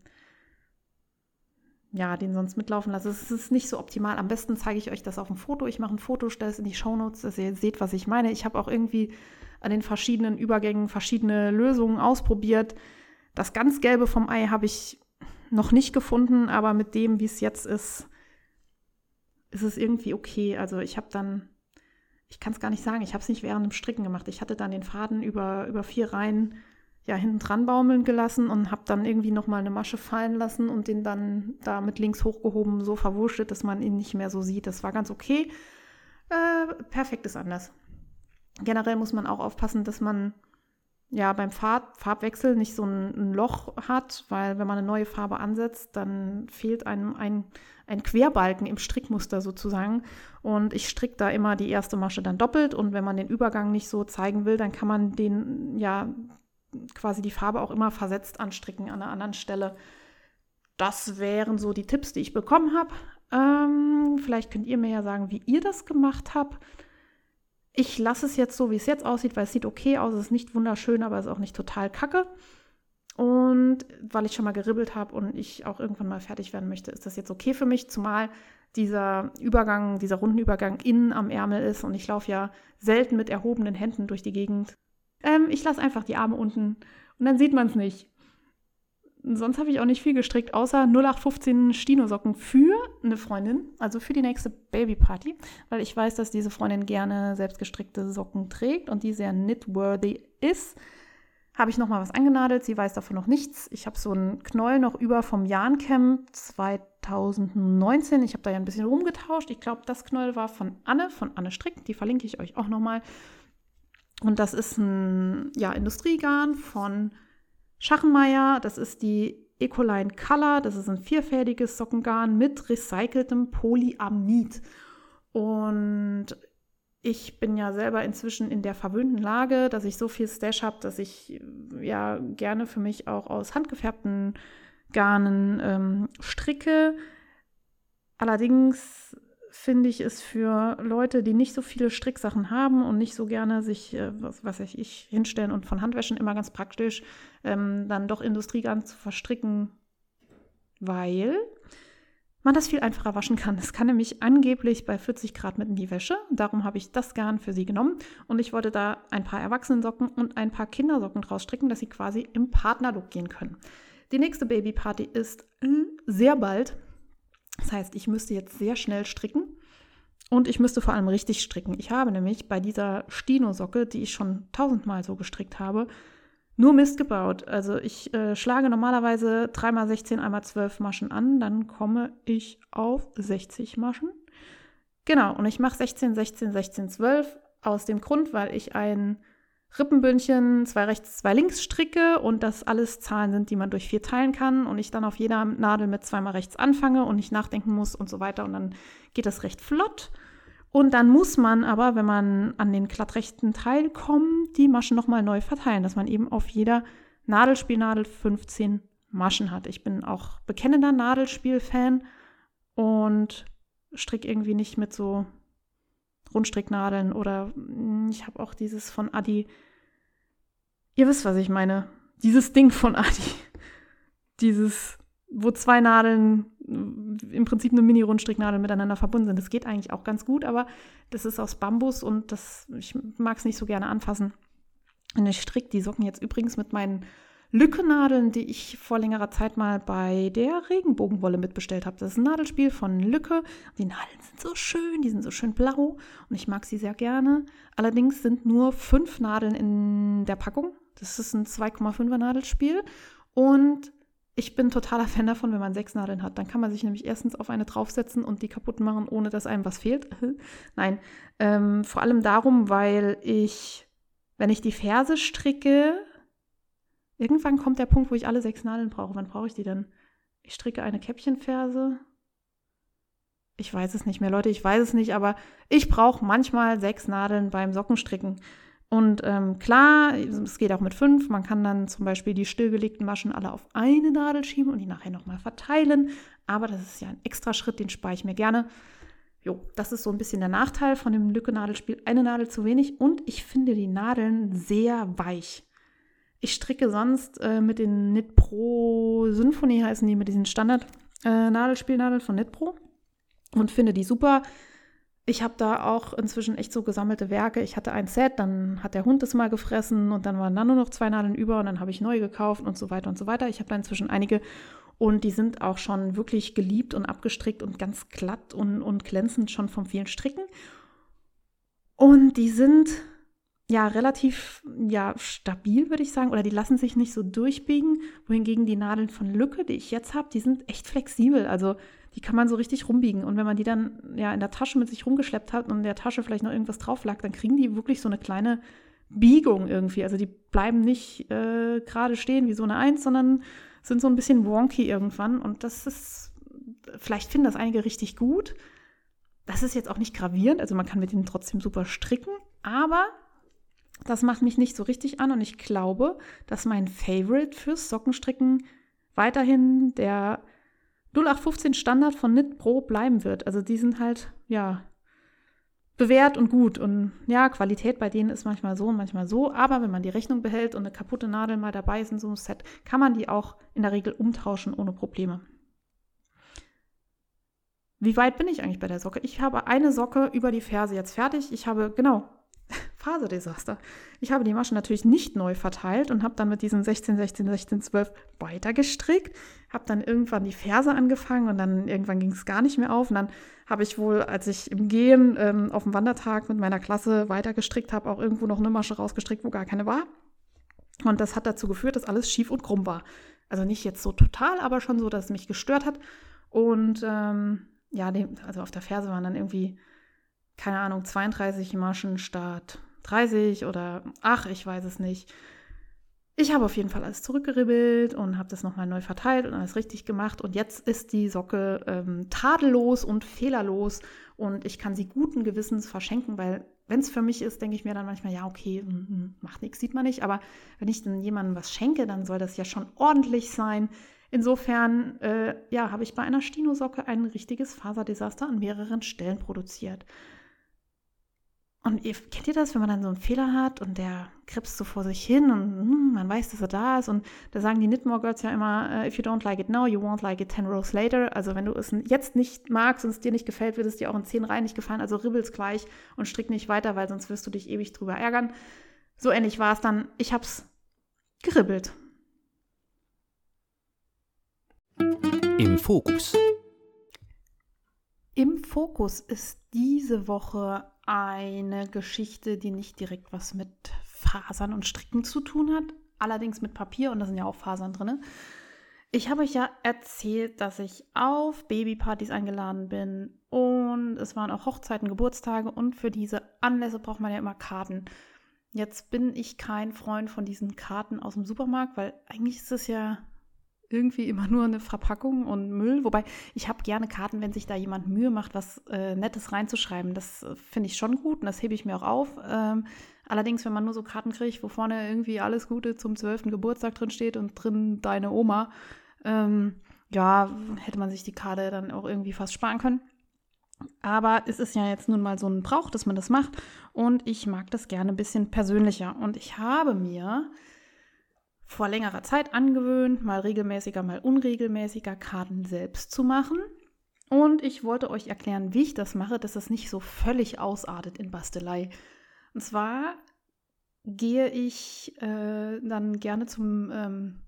ja, den sonst mitlaufen lasse. Es ist nicht so optimal. Am besten zeige ich euch das auf dem Foto. Ich mache ein Foto, stelle es in die Shownotes, dass ihr seht, was ich meine. Ich habe auch irgendwie an den verschiedenen Übergängen verschiedene Lösungen ausprobiert. Das ganz Gelbe vom Ei habe ich noch nicht gefunden, aber mit dem, wie es jetzt ist, ist es irgendwie okay. Also ich habe dann, ich kann es gar nicht sagen, ich habe es nicht während dem Stricken gemacht. Ich hatte dann den Faden über, über vier Reihen ja hinten dran baumeln gelassen und habe dann irgendwie nochmal eine Masche fallen lassen und den dann da mit links hochgehoben, so verwurschtelt, dass man ihn nicht mehr so sieht. Das war ganz okay. Äh, perfekt ist anders. Generell muss man auch aufpassen, dass man ja beim Farb, Farbwechsel nicht so ein, ein Loch hat, weil wenn man eine neue Farbe ansetzt, dann fehlt einem ein, ein Querbalken im Strickmuster sozusagen. Und ich stricke da immer die erste Masche dann doppelt und wenn man den Übergang nicht so zeigen will, dann kann man den ja quasi die Farbe auch immer versetzt anstricken an einer anderen Stelle. Das wären so die Tipps, die ich bekommen habe. Ähm, vielleicht könnt ihr mir ja sagen, wie ihr das gemacht habt. Ich lasse es jetzt so, wie es jetzt aussieht, weil es sieht okay aus. Es ist nicht wunderschön, aber es ist auch nicht total kacke. Und weil ich schon mal geribbelt habe und ich auch irgendwann mal fertig werden möchte, ist das jetzt okay für mich. Zumal dieser Übergang, dieser Rundenübergang innen am Ärmel ist. Und ich laufe ja selten mit erhobenen Händen durch die Gegend. Ähm, ich lasse einfach die Arme unten und dann sieht man es nicht. Sonst habe ich auch nicht viel gestrickt, außer null acht fünfzehn Stino-Socken für eine Freundin, also für die nächste Babyparty, weil ich weiß, dass diese Freundin gerne selbstgestrickte Socken trägt und die sehr knit-worthy ist. Habe ich noch mal was angenadelt, sie weiß davon noch nichts. Ich habe so einen Knoll noch über vom Yarncamp zwanzig neunzehn. Ich habe da ja ein bisschen rumgetauscht. Ich glaube, das Knoll war von Anne, von Anne Strick. Die verlinke ich euch auch noch mal. Und das ist ein ja, Industriegarn von Schachenmeier, das ist die Ecoline Color, das ist ein vierfädiges Sockengarn mit recyceltem Polyamid. Und ich bin ja selber inzwischen in der verwöhnten Lage, dass ich so viel Stash habe, dass ich ja gerne für mich auch aus handgefärbten Garnen ähm, stricke. Allerdings finde ich es für Leute, die nicht so viele Stricksachen haben und nicht so gerne sich, äh, was weiß ich, hinstellen und von Hand wäschen, immer ganz praktisch, ähm, dann doch Industriegarn zu verstricken, weil man das viel einfacher waschen kann. Das kann nämlich angeblich bei vierzig Grad mit in die Wäsche. Darum habe ich das Garn für sie genommen. Und ich wollte da ein paar Erwachsenensocken und ein paar Kindersocken draus stricken, dass sie quasi im Partnerlook gehen können. Die nächste Babyparty ist sehr bald. Das heißt, ich müsste jetzt sehr schnell stricken. Und ich müsste vor allem richtig stricken. Ich habe nämlich bei dieser Stino-Socke, die ich schon tausendmal so gestrickt habe, nur Mist gebaut. Also ich äh, schlage normalerweise drei mal sechzehn, einmal zwölf Maschen an. Dann komme ich auf sechzig Maschen. Genau, und ich mache sechzehn, sechzehn, sechzehn, zwölf aus dem Grund, weil ich ein Rippenbündchen, zwei rechts, zwei links stricke und das alles Zahlen sind, die man durch vier teilen kann und ich dann auf jeder Nadel mit zweimal rechts anfange und nicht nachdenken muss und so weiter und dann geht das recht flott. Und dann muss man aber, wenn man an den glattrechten Teil kommt, die Maschen nochmal neu verteilen, dass man eben auf jeder Nadelspielnadel fünfzehn Maschen hat. Ich bin auch bekennender Nadelspiel-Fan und stricke irgendwie nicht mit so Rundstricknadeln oder ich habe auch dieses von Adi, ihr wisst, was ich meine, dieses Ding von Adi, dieses, wo zwei Nadeln, im Prinzip eine Mini-Rundstricknadel miteinander verbunden sind. Das geht eigentlich auch ganz gut, aber das ist aus Bambus und das, ich mag es nicht so gerne anfassen. Und ich stricke die Socken jetzt übrigens mit meinen Lücke-Nadeln, die ich vor längerer Zeit mal bei der Regenbogenwolle mitbestellt habe. Das ist ein Nadelspiel von Lücke. Die Nadeln sind so schön, die sind so schön blau und ich mag sie sehr gerne. Allerdings sind nur fünf Nadeln in der Packung. Das ist ein zwei Komma fünfer Nadelspiel und ich bin totaler Fan davon, wenn man sechs Nadeln hat. Dann kann man sich nämlich erstens auf eine draufsetzen und die kaputt machen, ohne dass einem was fehlt. Nein, ähm, vor allem darum, weil ich, wenn ich die Ferse stricke, irgendwann kommt der Punkt, wo ich alle sechs Nadeln brauche. Wann brauche ich die denn? Ich stricke eine Käppchenferse. Ich weiß es nicht mehr, Leute, ich weiß es nicht, aber ich brauche manchmal sechs Nadeln beim Sockenstricken. Und ähm, klar, es geht auch mit fünf. Man kann dann zum Beispiel die stillgelegten Maschen alle auf eine Nadel schieben und die nachher nochmal verteilen. Aber das ist ja ein extra Schritt, den spare ich mir gerne. Jo, das ist so ein bisschen der Nachteil von dem Lücke-Nadelspiel. Eine Nadel zu wenig und ich finde die Nadeln sehr weich. Ich stricke sonst äh, mit den Knit Pro Symphony, heißen die, mit diesen Standard-Nadelspielnadeln äh, von Knit Pro und finde die super. Ich habe da auch inzwischen echt so gesammelte Werke. Ich hatte ein Set, dann hat der Hund es mal gefressen und dann waren dann nur noch zwei Nadeln über und dann habe ich neu gekauft und so weiter und so weiter. Ich habe da inzwischen einige und die sind auch schon wirklich geliebt und abgestrickt und ganz glatt und, und glänzend schon vom vielen Stricken. Und die sind ja relativ ja, stabil, würde ich sagen, oder die lassen sich nicht so durchbiegen, wohingegen die Nadeln von Lücke, die ich jetzt habe, die sind echt flexibel, also die kann man so richtig rumbiegen und wenn man die dann ja in der Tasche mit sich rumgeschleppt hat und in der Tasche vielleicht noch irgendwas drauf lag, dann kriegen die wirklich so eine kleine Biegung irgendwie, also die bleiben nicht äh, gerade stehen wie so eine Eins, sondern sind so ein bisschen wonky irgendwann und das ist, vielleicht finden das einige richtig gut, das ist jetzt auch nicht gravierend, also man kann mit denen trotzdem super stricken, aber das macht mich nicht so richtig an und ich glaube, dass mein Favorite fürs Sockenstricken weiterhin der null acht fünfzehn Standard von Knit Pro bleiben wird. Also die sind halt, ja, bewährt und gut. Und ja, Qualität bei denen ist manchmal so und manchmal so. Aber wenn man die Rechnung behält und eine kaputte Nadel mal dabei ist in so einem Set, kann man die auch in der Regel umtauschen ohne Probleme. Wie weit bin ich eigentlich bei der Socke? Ich habe eine Socke über die Ferse jetzt fertig. Ich habe, genau, Faserdesaster. Ich habe die Maschen natürlich nicht neu verteilt und habe dann mit diesen sechzehn, sechzehn, sechzehn, zwölf weiter gestrickt. Habe dann irgendwann die Ferse angefangen und dann irgendwann ging es gar nicht mehr auf. Und dann habe ich wohl, als ich im Gehen ähm, auf dem Wandertag mit meiner Klasse weiter gestrickt habe, auch irgendwo noch eine Masche rausgestrickt, wo gar keine war. Und das hat dazu geführt, dass alles schief und krumm war. Also nicht jetzt so total, aber schon so, dass es mich gestört hat. Und ähm, ja, die, also auf der Ferse waren dann irgendwie keine Ahnung, zweiunddreißig Maschen statt dreißig oder ach, ich weiß es nicht. Ich habe auf jeden Fall alles zurückgeribbelt und habe das nochmal neu verteilt und alles richtig gemacht. Und jetzt ist die Socke ähm, tadellos und fehlerlos und ich kann sie guten Gewissens verschenken, weil wenn es für mich ist, denke ich mir dann manchmal, ja okay, m- macht nichts, sieht man nicht. Aber wenn ich dann jemandem was schenke, dann soll das ja schon ordentlich sein. Insofern äh, ja, habe ich bei einer Stino-Socke ein richtiges Faserdesaster an mehreren Stellen produziert. Und ihr, kennt ihr das, wenn man dann so einen Fehler hat und der krebst so vor sich hin und hm, man weiß, dass er da ist und da sagen die Knitmore Girls ja immer, if you don't like it now, you won't like it ten rows later. Also wenn du es jetzt nicht magst und es dir nicht gefällt, wird es dir auch in zehn Reihen nicht gefallen. Also ribbel's gleich und strick nicht weiter, weil sonst wirst du dich ewig drüber ärgern. So ähnlich war es dann. Ich hab's geribbelt. Im Fokus. Im Fokus ist diese Woche eine Geschichte, die nicht direkt was mit Fasern und Stricken zu tun hat, allerdings mit Papier und da sind ja auch Fasern drin. Ich habe euch ja erzählt, dass ich auf Babypartys eingeladen bin und es waren auch Hochzeiten, Geburtstage und für diese Anlässe braucht man ja immer Karten. Jetzt bin ich kein Freund von diesen Karten aus dem Supermarkt, weil eigentlich ist es ja irgendwie immer nur eine Verpackung und Müll. Wobei, ich habe gerne Karten, wenn sich da jemand Mühe macht, was äh, Nettes reinzuschreiben. Das äh, finde ich schon gut und das hebe ich mir auch auf. Ähm, allerdings, wenn man nur so Karten kriegt, wo vorne irgendwie alles Gute zum zwölften Geburtstag drin steht und drin deine Oma, ähm, ja, hätte man sich die Karte dann auch irgendwie fast sparen können. Aber es ist ja jetzt nun mal so ein Brauch, dass man das macht und ich mag das gerne ein bisschen persönlicher. Und ich habe mir vor längerer Zeit angewöhnt, mal regelmäßiger, mal unregelmäßiger Karten selbst zu machen. Und ich wollte euch erklären, wie ich das mache, dass das nicht so völlig ausartet in Bastelei. Und zwar gehe ich äh, dann gerne zum ähm,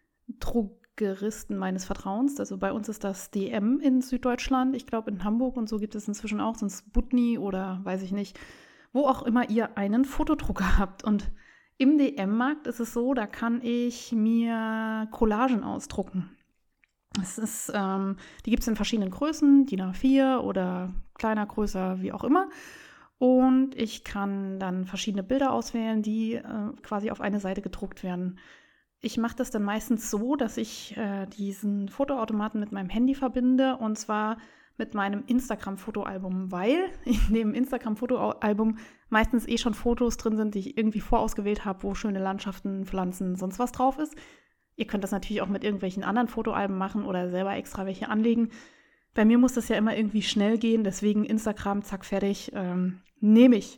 Drogeristen meines Vertrauens. Also bei uns ist das D M in Süddeutschland. Ich glaube in Hamburg und so gibt es inzwischen auch, sonst Butni oder weiß ich nicht, wo auch immer ihr einen Fotodrucker habt. Und im D M-Markt ist es so, da kann ich mir Collagen ausdrucken. Es ist, ähm, die gibt es in verschiedenen Größen, D I N A vier oder kleiner, größer, wie auch immer. Und ich kann dann verschiedene Bilder auswählen, die äh, quasi auf eine Seite gedruckt werden. Ich mache das dann meistens so, dass ich äh, diesen Fotoautomaten mit meinem Handy verbinde und zwar mit meinem Instagram-Fotoalbum, weil in dem Instagram-Fotoalbum meistens eh schon Fotos drin sind, die ich irgendwie vorausgewählt habe, wo schöne Landschaften, Pflanzen, sonst was drauf ist. Ihr könnt das natürlich auch mit irgendwelchen anderen Fotoalben machen oder selber extra welche anlegen. Bei mir muss das ja immer irgendwie schnell gehen, deswegen Instagram, zack, fertig, ähm, nehme ich.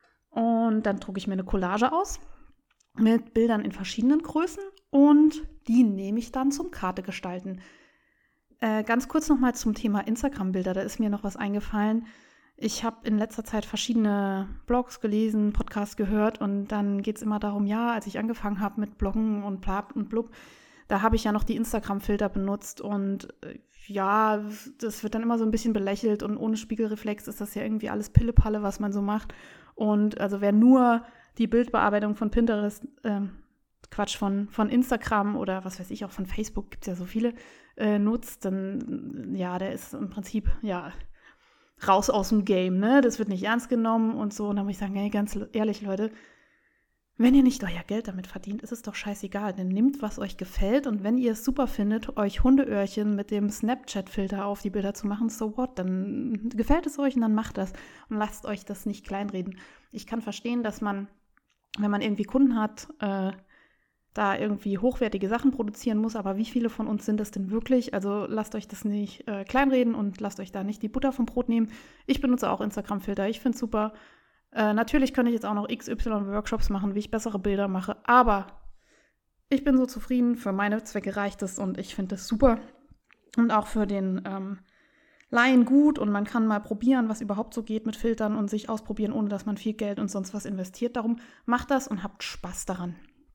Und dann drucke ich mir eine Collage aus mit Bildern in verschiedenen Größen und die nehme ich dann zum Karte gestalten. Äh, ganz kurz nochmal zum Thema Instagram-Bilder, da ist mir noch was eingefallen. Ich habe in letzter Zeit verschiedene Blogs gelesen, Podcasts gehört und dann geht es immer darum, ja, als ich angefangen habe mit Bloggen und blab und blub, da habe ich ja noch die Instagram-Filter benutzt und äh, ja, das wird dann immer so ein bisschen belächelt und ohne Spiegelreflex ist das ja irgendwie alles Pillepalle, was man so macht. Und also wer nur die Bildbearbeitung von Pinterest, äh, Quatsch, von, von Instagram oder was weiß ich, auch von Facebook, gibt es ja so viele, äh, nutzt, dann ja, der ist im Prinzip, ja, raus aus dem Game, ne? Das wird nicht ernst genommen und so. Und dann muss ich sagen, hey, ganz ehrlich, Leute, wenn ihr nicht euer Geld damit verdient, ist es doch scheißegal. Dann nehmt, was euch gefällt und wenn ihr es super findet, euch Hundeöhrchen mit dem Snapchat-Filter auf die Bilder zu machen, so what, dann gefällt es euch und dann macht das und lasst euch das nicht kleinreden. Ich kann verstehen, dass man, wenn man irgendwie Kunden hat, äh, da irgendwie hochwertige Sachen produzieren muss, aber wie viele von uns sind das denn wirklich? Also lasst euch das nicht äh, kleinreden und lasst euch da nicht die Butter vom Brot nehmen. Ich benutze auch Instagram-Filter, ich finde es super. Äh, natürlich könnte ich jetzt auch noch X Y-Workshops machen, wie ich bessere Bilder mache, aber ich bin so zufrieden, für meine Zwecke reicht es und ich finde es super. Und auch für den ähm, Laien gut und man kann mal probieren, was überhaupt so geht mit Filtern und sich ausprobieren, ohne dass man viel Geld und sonst was investiert. Darum macht das und habt Spaß daran.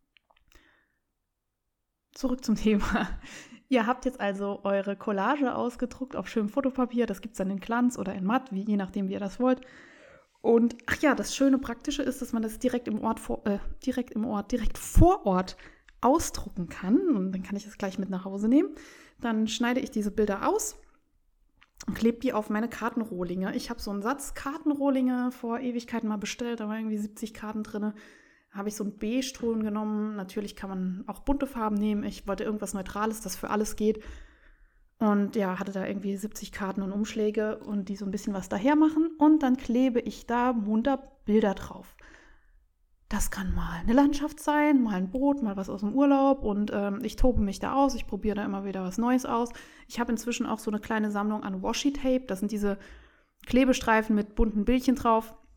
Zurück zum Thema. Ihr habt jetzt also eure Collage ausgedruckt auf schönem Fotopapier. Das gibt es dann in Glanz oder in Matt, wie, je nachdem, wie ihr das wollt. Und ach ja, das schöne Praktische ist, dass man das direkt im Ort, vor, äh, direkt im Ort, direkt vor Ort ausdrucken kann. Und dann kann ich das gleich mit nach Hause nehmen. Dann schneide ich diese Bilder aus und klebe die auf meine Kartenrohlinge. Ich habe so einen Satz Kartenrohlinge vor Ewigkeiten mal bestellt. Da waren irgendwie siebzig Karten drin. Habe ich so einen Beige-Ton genommen. Natürlich kann man auch bunte Farben nehmen. Ich wollte irgendwas Neutrales, das für alles geht. Und ja, hatte da irgendwie siebzig Karten und Umschläge und die so ein bisschen was daher machen. Und dann klebe ich da munter Bilder drauf. Das kann mal eine Landschaft sein, mal ein Boot, mal was aus dem Urlaub. Und ähm, ich tobe mich da aus. Ich probiere da immer wieder was Neues aus. Ich habe inzwischen auch so eine kleine Sammlung an Washi-Tape. Das sind diese Klebestreifen mit bunten Bildchen drauf.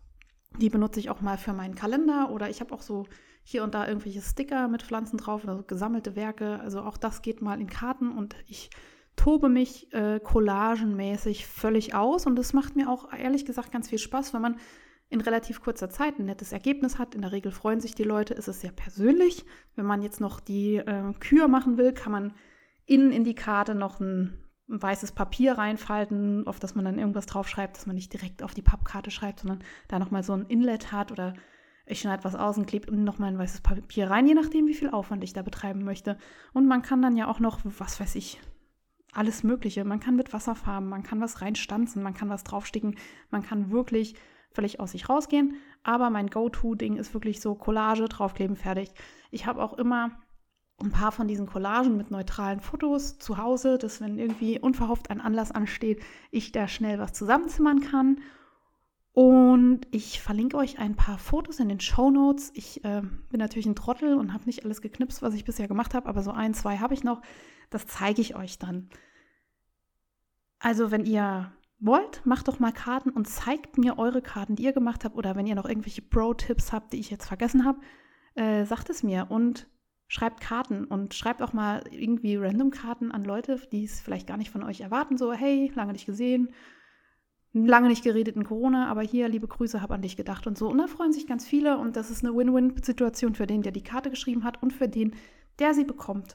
Die benutze ich auch mal für meinen Kalender oder ich habe auch so hier und da irgendwelche Sticker mit Pflanzen drauf oder so gesammelte Werke. Also auch das geht mal in Karten und ich tobe mich äh, collagenmäßig völlig aus und das macht mir auch ehrlich gesagt ganz viel Spaß, wenn man in relativ kurzer Zeit ein nettes Ergebnis hat. In der Regel freuen sich die Leute, es ist sehr persönlich. Wenn man jetzt noch die äh, Kür machen will, kann man innen in die Karte noch ein, ein weißes Papier reinfalten, auf das man dann irgendwas draufschreibt, dass man nicht direkt auf die Pappkarte schreibt, sondern da nochmal so ein Inlet hat oder ich schneide was aus und klebe nochmal ein weißes Papier rein, je nachdem, wie viel Aufwand ich da betreiben möchte. Und man kann dann ja auch noch, was weiß ich, alles Mögliche. Man kann mit Wasserfarben, man kann was reinstanzen, man kann was draufsticken, man kann wirklich völlig aus sich rausgehen. Aber mein Go-To-Ding ist wirklich so Collage, draufkleben, fertig. Ich habe auch immer ein paar von diesen Collagen mit neutralen Fotos zu Hause, dass wenn irgendwie unverhofft ein Anlass ansteht, ich da schnell was zusammenzimmern kann. Und ich verlinke euch ein paar Fotos in den Shownotes. Ich äh, bin natürlich ein Trottel und habe nicht alles geknipst, was ich bisher gemacht habe, aber so ein, zwei habe ich noch. Das zeige ich euch dann. Also wenn ihr wollt, macht doch mal Karten und zeigt mir eure Karten, die ihr gemacht habt. Oder wenn ihr noch irgendwelche Pro-Tipps habt, die ich jetzt vergessen habe, äh, sagt es mir und schreibt Karten. Und schreibt auch mal irgendwie random Karten an Leute, die es vielleicht gar nicht von euch erwarten. So, hey, lange nicht gesehen, lange nicht geredet in Corona, aber hier, liebe Grüße, hab an dich gedacht und so. Und da freuen sich ganz viele und das ist eine Win-Win-Situation für den, der die Karte geschrieben hat und für den, der sie bekommt.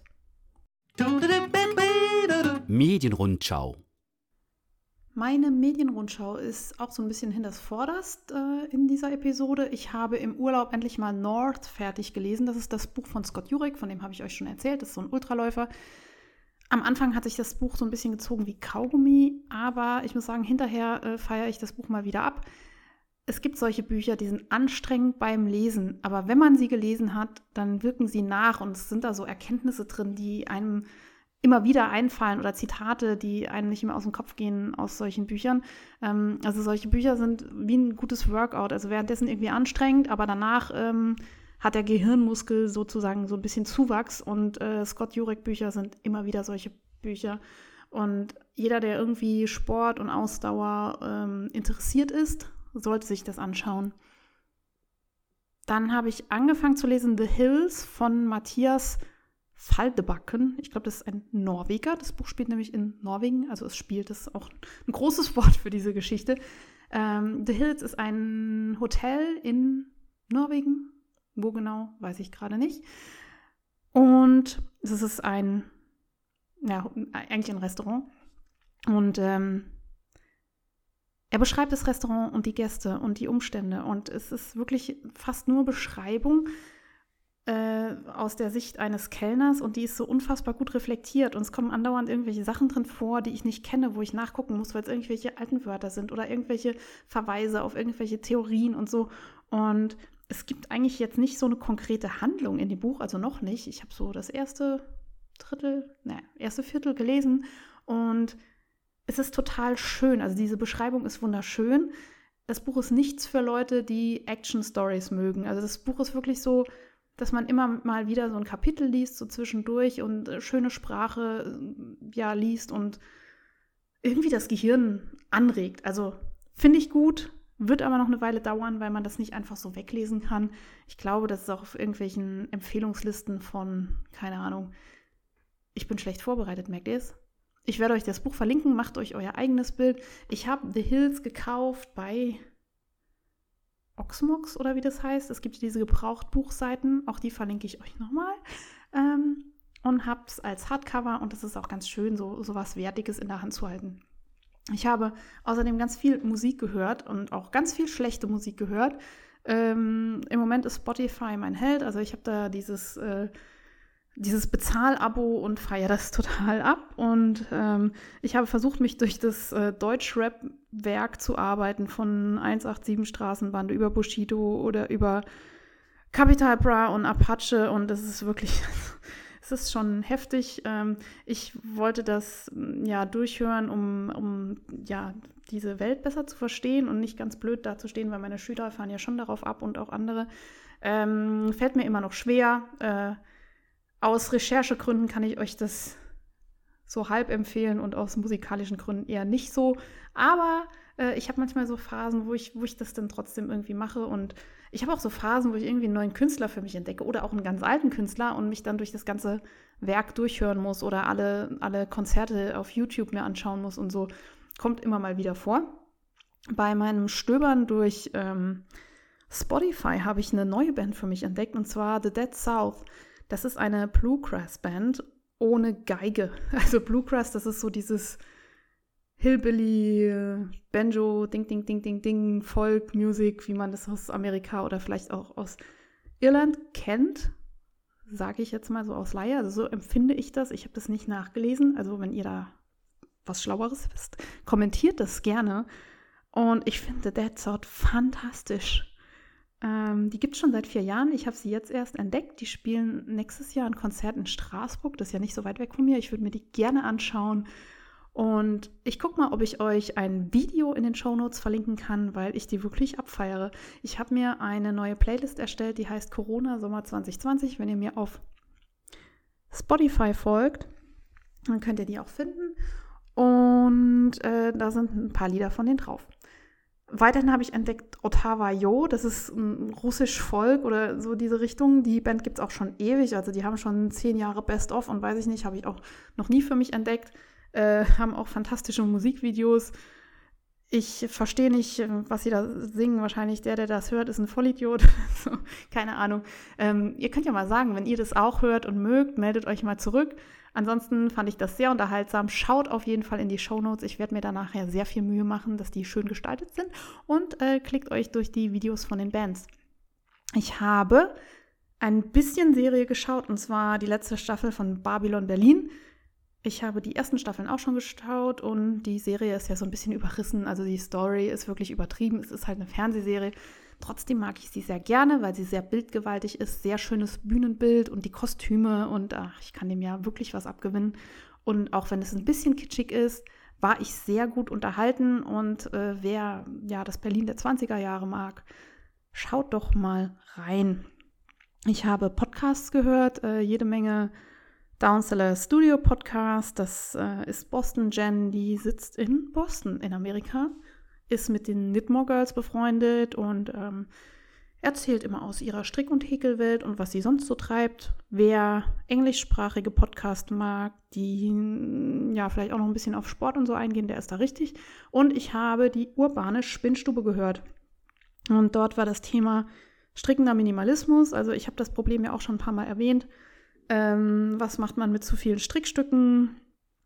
Medienrundschau. Meine Medienrundschau ist auch so ein bisschen hintersvorderst äh, in dieser Episode. Ich habe im Urlaub endlich mal North fertig gelesen. Das ist das Buch von Scott Jurek, von dem habe ich euch schon erzählt. Das ist so ein Ultraläufer. Am Anfang hat sich das Buch so ein bisschen gezogen wie Kaugummi, aber ich muss sagen, hinterher äh, feiere ich das Buch mal wieder ab. Es gibt solche Bücher, die sind anstrengend beim Lesen, aber wenn man sie gelesen hat, dann wirken sie nach und es sind da so Erkenntnisse drin, die einem immer wieder einfallen oder Zitate, die einem nicht mehr aus dem Kopf gehen aus solchen Büchern. Ähm, also solche Bücher sind wie ein gutes Workout, also währenddessen irgendwie anstrengend, aber danach ähm, hat der Gehirnmuskel sozusagen so ein bisschen Zuwachs und äh, Scott Jurek-Bücher sind immer wieder solche Bücher. Und jeder, der irgendwie Sport und Ausdauer ähm, interessiert ist, sollte sich das anschauen. Dann habe ich angefangen zu lesen The Hills von Matthias Faldebakken. Ich glaube, das ist ein Norweger. Das Buch spielt nämlich in Norwegen. Also es spielt, das ist auch ein großes Wort für diese Geschichte. Ähm, The Hills ist ein Hotel in Norwegen. Wo genau, weiß ich gerade nicht. Und es ist ein, ja, eigentlich ein Restaurant. Und ähm, er beschreibt das Restaurant und die Gäste und die Umstände. Und es ist wirklich fast nur Beschreibung äh, aus der Sicht eines Kellners. Und die ist so unfassbar gut reflektiert. Und es kommen andauernd irgendwelche Sachen drin vor, die ich nicht kenne, wo ich nachgucken muss, weil es irgendwelche alten Wörter sind oder irgendwelche Verweise auf irgendwelche Theorien und so. Und es gibt eigentlich jetzt nicht so eine konkrete Handlung in dem Buch, also noch nicht. Ich habe so das erste Drittel, ne, erste Viertel gelesen und es ist total schön. Also diese Beschreibung ist wunderschön. Das Buch ist nichts für Leute, die Action-Stories mögen. Also das Buch ist wirklich so, dass man immer mal wieder so ein Kapitel liest, so zwischendurch und äh, schöne Sprache äh, ja, liest und irgendwie das Gehirn anregt. Also finde ich gut. Wird aber noch eine Weile dauern, weil man das nicht einfach so weglesen kann. Ich glaube, das ist auch auf irgendwelchen Empfehlungslisten von, keine Ahnung, ich bin schlecht vorbereitet, merkt ihr es? Ich werde euch das Buch verlinken, macht euch euer eigenes Bild. Ich habe The Hills gekauft bei Oxmox oder wie das heißt. Es gibt diese Gebrauchtbuchseiten, auch die verlinke ich euch nochmal. Ähm, und habe es als Hardcover und das ist auch ganz schön, so, so was Wertiges in der Hand zu halten. Ich habe außerdem ganz viel Musik gehört und auch ganz viel schlechte Musik gehört. Ähm, im Moment ist Spotify mein Held. Also ich habe da dieses, äh, dieses Bezahlabo und feiere das total ab. Und ähm, ich habe versucht, mich durch das äh, Deutschrap-Werk zu arbeiten von hundertsiebenundachtzig Straßenbande über Bushido oder über Capital Bra und Apache. Und das ist wirklich... Es ist schon heftig. Ich wollte das ja durchhören, um, um ja, diese Welt besser zu verstehen und nicht ganz blöd dazustehen, weil meine Schüler fahren ja schon darauf ab und auch andere. Ähm, fällt mir immer noch schwer. Äh, aus Recherchegründen kann ich euch das so halb empfehlen und aus musikalischen Gründen eher nicht so. Aber äh, ich habe manchmal so Phasen, wo ich, wo ich das dann trotzdem irgendwie mache. Und ich habe auch so Phasen, wo ich irgendwie einen neuen Künstler für mich entdecke oder auch einen ganz alten Künstler und mich dann durch das ganze Werk durchhören muss oder alle, alle Konzerte auf YouTube mir anschauen muss und so. Kommt immer mal wieder vor. Bei meinem Stöbern durch ähm, Spotify habe ich eine neue Band für mich entdeckt, und zwar The Dead South. Das ist eine Bluegrass-Band ohne Geige. Also Bluegrass, das ist so dieses Hillbilly, Banjo, Ding, Ding, Ding, Ding, Ding, Folk-Music, wie man das aus Amerika oder vielleicht auch aus Irland kennt, sage ich jetzt mal so aus Laie. Also so empfinde ich das. Ich habe das nicht nachgelesen. Also wenn ihr da was Schlaueres wisst, kommentiert das gerne. Und ich finde Dead South fantastisch. Ähm, die gibt es schon seit vier Jahren. Ich habe sie jetzt erst entdeckt. Die spielen nächstes Jahr ein Konzert in Straßburg. Das ist ja nicht so weit weg von mir. Ich würde mir die gerne anschauen. Und ich gucke mal, ob ich euch ein Video in den Shownotes verlinken kann, weil ich die wirklich abfeiere. Ich habe mir eine neue Playlist erstellt, die heißt Corona Sommer zwanzig zwanzig. Wenn ihr mir auf Spotify folgt, dann könnt ihr die auch finden. Und äh, da sind ein paar Lieder von denen drauf. Weiterhin habe ich entdeckt Ottawa Yo, das ist ein russisch Folk oder so diese Richtung. Die Band gibt es auch schon ewig, also die haben schon zehn Jahre Best-of und weiß ich nicht, habe ich auch noch nie für mich entdeckt. Äh, haben auch fantastische Musikvideos. Ich verstehe nicht, was sie da singen. Wahrscheinlich der, der das hört, ist ein Vollidiot. so, keine Ahnung. Ähm, ihr könnt ja mal sagen, wenn ihr das auch hört und mögt, meldet euch mal zurück. Ansonsten fand ich das sehr unterhaltsam. Schaut auf jeden Fall in die Shownotes. Ich werde mir da nachher sehr viel Mühe machen, dass die schön gestaltet sind. Und äh, klickt euch durch die Videos von den Bands. Ich habe ein bisschen Serie geschaut, und zwar die letzte Staffel von Babylon Berlin. Ich habe die ersten Staffeln auch schon geschaut und die Serie ist ja so ein bisschen überrissen. Also die Story ist wirklich übertrieben. Es ist halt eine Fernsehserie. Trotzdem mag ich sie sehr gerne, weil sie sehr bildgewaltig ist. Sehr schönes Bühnenbild und die Kostüme. Und ach, ich kann dem ja wirklich was abgewinnen. Und auch wenn es ein bisschen kitschig ist, war ich sehr gut unterhalten. Und äh, wer ja das Berlin der zwanziger Jahre mag, schaut doch mal rein. Ich habe Podcasts gehört, äh, jede Menge Downseller Studio Podcast, das äh, ist Boston Jen, die sitzt in Boston in Amerika, ist mit den Knitmore Girls befreundet und ähm, erzählt immer aus ihrer Strick- und Häkelwelt und was sie sonst so treibt. Wer englischsprachige Podcasts mag, die ja vielleicht auch noch ein bisschen auf Sport und so eingehen, der ist da richtig. Und ich habe die urbane Spinnstube gehört. Und dort war das Thema strickender Minimalismus. Also ich habe das Problem ja auch schon ein paar Mal erwähnt. Ähm, was macht man mit zu vielen Strickstücken?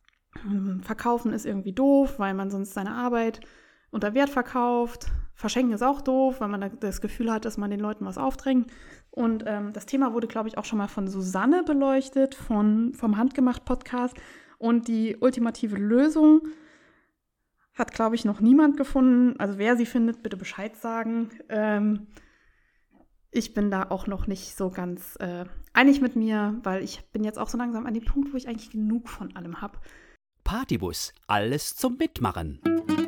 Verkaufen ist irgendwie doof, weil man sonst seine Arbeit unter Wert verkauft. Verschenken ist auch doof, weil man das Gefühl hat, dass man den Leuten was aufdrängt. Und ähm, das Thema wurde, glaube ich, auch schon mal von Susanne beleuchtet, von, vom Handgemacht-Podcast. Und die ultimative Lösung hat, glaube ich, noch niemand gefunden. Also wer sie findet, bitte Bescheid sagen. Ähm, Ich bin da auch noch nicht so ganz äh, einig mit mir, weil ich bin jetzt auch so langsam an dem Punkt, wo ich eigentlich genug von allem habe. Partybus, alles zum Mitmachen.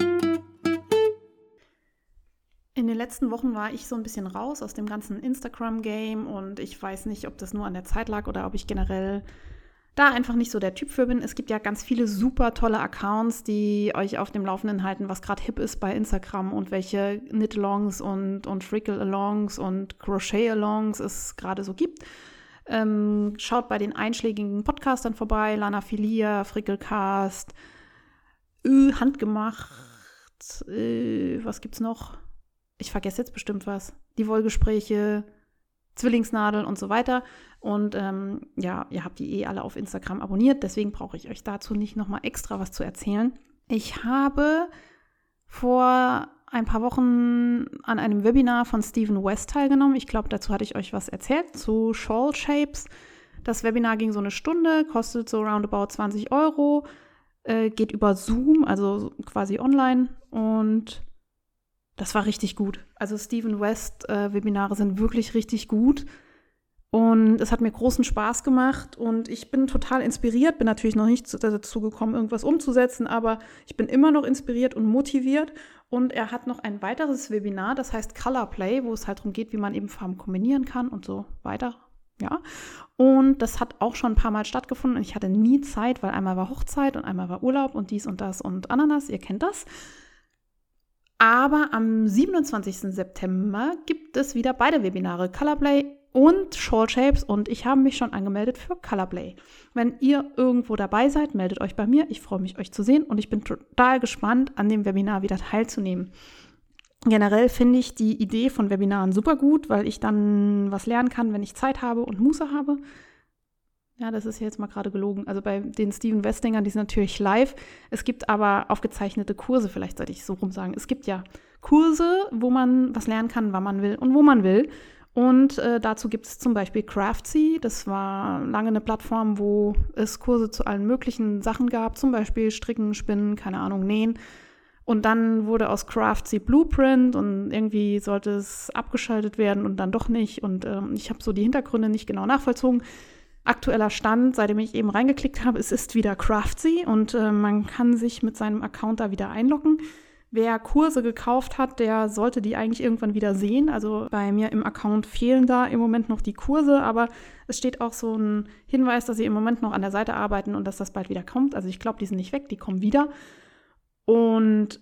In den letzten Wochen war ich so ein bisschen raus aus dem ganzen Instagram-Game und ich weiß nicht, ob das nur an der Zeit lag oder ob ich generell da einfach nicht so der Typ für bin. Es gibt ja ganz viele super tolle Accounts, die euch auf dem Laufenden halten, was gerade hip ist bei Instagram und welche Knit-Alongs und, und Frickle-Alongs und Crochet-Alongs es gerade so gibt. Ähm, schaut bei den einschlägigen Podcastern vorbei, Lana Filia, Fricklecast, äh, Handgemacht, äh, was gibt's noch? Ich vergesse jetzt bestimmt was. Die Wollgespräche, Zwillingsnadel und so weiter. Und ähm, ja, ihr habt die eh alle auf Instagram abonniert, deswegen brauche ich euch dazu nicht nochmal extra was zu erzählen. Ich habe vor ein paar Wochen an einem Webinar von Stephen West teilgenommen. Ich glaube, dazu hatte ich euch was erzählt, zu Shawl Shapes. Das Webinar ging so eine Stunde, kostet so roundabout zwanzig Euro, äh, geht über Zoom, also quasi online, und das war richtig gut. Also Stephen West äh, Webinare sind wirklich richtig gut. Und es hat mir großen Spaß gemacht und ich bin total inspiriert, bin natürlich noch nicht dazu gekommen, irgendwas umzusetzen, aber ich bin immer noch inspiriert und motiviert. Und er hat noch ein weiteres Webinar, das heißt Color Play, wo es halt darum geht, wie man eben Farben kombinieren kann und so weiter. Ja, und das hat auch schon ein paar Mal stattgefunden und ich hatte nie Zeit, weil einmal war Hochzeit und einmal war Urlaub und dies und das und Ananas, ihr kennt das. Aber am siebenundzwanzigsten September gibt es wieder beide Webinare, Colorplay und Shawl Shapes, und ich habe mich schon angemeldet für Colorplay. Wenn ihr irgendwo dabei seid, meldet euch bei mir. Ich freue mich, euch zu sehen, und ich bin total gespannt, an dem Webinar wieder teilzunehmen. Generell finde ich die Idee von Webinaren super gut, weil ich dann was lernen kann, wenn ich Zeit habe und Muße habe. Ja, das ist jetzt mal gerade gelogen. Also bei den Steven Westingern, die sind natürlich live. Es gibt aber aufgezeichnete Kurse, vielleicht sollte ich so rum sagen. Es gibt ja Kurse, wo man was lernen kann, wann man will und wo man will. Und äh, dazu gibt es zum Beispiel Craftsy. Das war lange eine Plattform, wo es Kurse zu allen möglichen Sachen gab. Zum Beispiel Stricken, Spinnen, keine Ahnung, Nähen. Und dann wurde aus Craftsy Blueprint und irgendwie sollte es abgeschaltet werden und dann doch nicht. Und ähm, ich habe so die Hintergründe nicht genau nachvollzogen. Aktueller Stand, seitdem ich eben reingeklickt habe, es ist wieder Craftsy und äh, man kann sich mit seinem Account da wieder einloggen. Wer Kurse gekauft hat, der sollte die eigentlich irgendwann wieder sehen. Also bei mir im Account fehlen da im Moment noch die Kurse, aber es steht auch so ein Hinweis, dass sie im Moment noch an der Seite arbeiten und dass das bald wieder kommt. Also ich glaube, die sind nicht weg, die kommen wieder. Und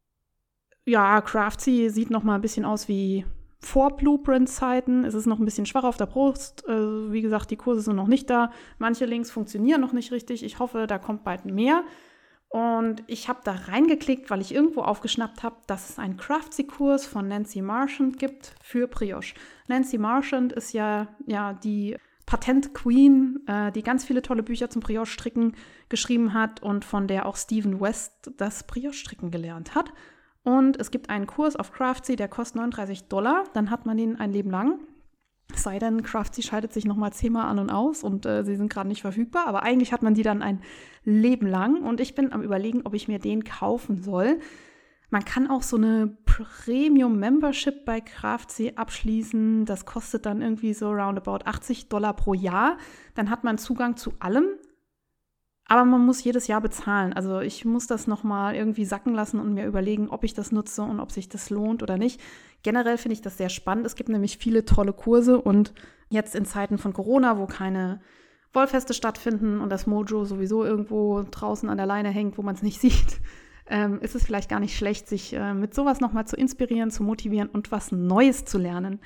ja, Craftsy sieht noch mal ein bisschen aus wie vor Blueprint-Zeiten. Es ist noch ein bisschen schwach auf der Brust. Äh, wie gesagt, die Kurse sind noch nicht da. Manche Links funktionieren noch nicht richtig. Ich hoffe, da kommt bald mehr. Und ich habe da reingeklickt, weil ich irgendwo aufgeschnappt habe, dass es einen Craftsy-Kurs von Nancy Marchand gibt für Brioche. Nancy Marchand ist ja, ja die Patent-Queen, äh, die ganz viele tolle Bücher zum Brioche-Stricken geschrieben hat und von der auch Steven West das Brioche-Stricken gelernt hat. Und es gibt einen Kurs auf Craftsy, der kostet neununddreißig Dollar. Dann hat man den ein Leben lang. Es sei denn, Craftsy schaltet sich nochmal zehnmal an und aus und äh, sie sind gerade nicht verfügbar. Aber eigentlich hat man die dann ein Leben lang. Und ich bin am Überlegen, ob ich mir den kaufen soll. Man kann auch so eine Premium-Membership bei Craftsy abschließen. Das kostet dann irgendwie so roundabout achtzig Dollar pro Jahr. Dann hat man Zugang zu allem. Aber man muss jedes Jahr bezahlen. Also ich muss das nochmal irgendwie sacken lassen und mir überlegen, ob ich das nutze und ob sich das lohnt oder nicht. Generell finde ich das sehr spannend. Es gibt nämlich viele tolle Kurse. Und jetzt in Zeiten von Corona, wo keine Wollfeste stattfinden und das Mojo sowieso irgendwo draußen an der Leine hängt, wo man es nicht sieht, ähm, ist es vielleicht gar nicht schlecht, sich äh, mit sowas nochmal zu inspirieren, zu motivieren und was Neues zu lernen.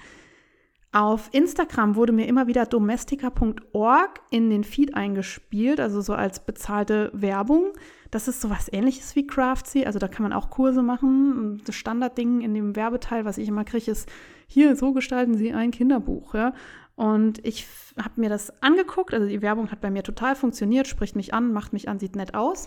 Auf Instagram wurde mir immer wieder domestika punkt org in den Feed eingespielt, also so als bezahlte Werbung. Das ist sowas Ähnliches wie Craftsy, also da kann man auch Kurse machen. Das Standardding in dem Werbeteil, was ich immer kriege, ist, hier, so gestalten Sie ein Kinderbuch. Ja? Und ich habe mir das angeguckt, also die Werbung hat bei mir total funktioniert, spricht mich an, macht mich an, sieht nett aus.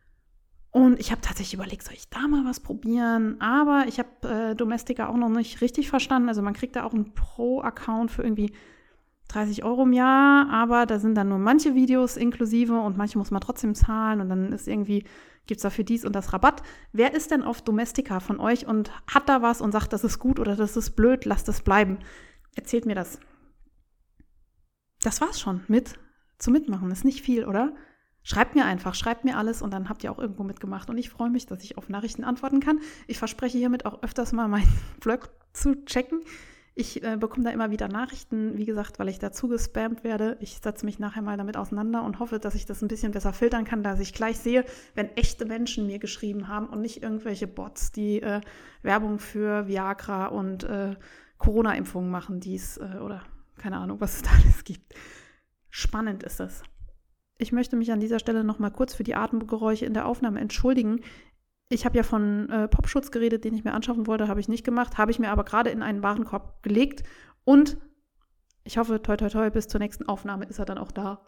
Und ich habe tatsächlich überlegt, soll ich da mal was probieren? Aber ich habe äh, Domestika auch noch nicht richtig verstanden. Also man kriegt da auch einen Pro-Account für irgendwie dreißig Euro im Jahr. Aber da sind dann nur manche Videos inklusive und manche muss man trotzdem zahlen. Und dann ist irgendwie, gibt es dafür dies und das Rabatt. Wer ist denn auf Domestika von euch und hat da was und sagt, das ist gut oder das ist blöd, lasst es bleiben? Erzählt mir das. Das war's schon mit zu mitmachen. Ist nicht viel, oder? Schreibt mir einfach, schreibt mir alles und dann habt ihr auch irgendwo mitgemacht. Und ich freue mich, dass ich auf Nachrichten antworten kann. Ich verspreche hiermit auch öfters mal meinen Blog zu checken. Ich äh, bekomme da immer wieder Nachrichten, wie gesagt, weil ich dazu gespammt werde. Ich setze mich nachher mal damit auseinander und hoffe, dass ich das ein bisschen besser filtern kann, dass ich gleich sehe, wenn echte Menschen mir geschrieben haben und nicht irgendwelche Bots, die äh, Werbung für Viagra und äh, Corona-Impfungen machen, die es, äh, oder keine Ahnung, was es da alles gibt. Spannend ist das. Ich möchte mich an dieser Stelle noch mal kurz für die Atemgeräusche in der Aufnahme entschuldigen. Ich habe ja von äh, Popschutz geredet, den ich mir anschaffen wollte, habe ich nicht gemacht, habe ich mir aber gerade in einen Warenkorb gelegt und ich hoffe, toi toi toi, bis zur nächsten Aufnahme ist er dann auch da.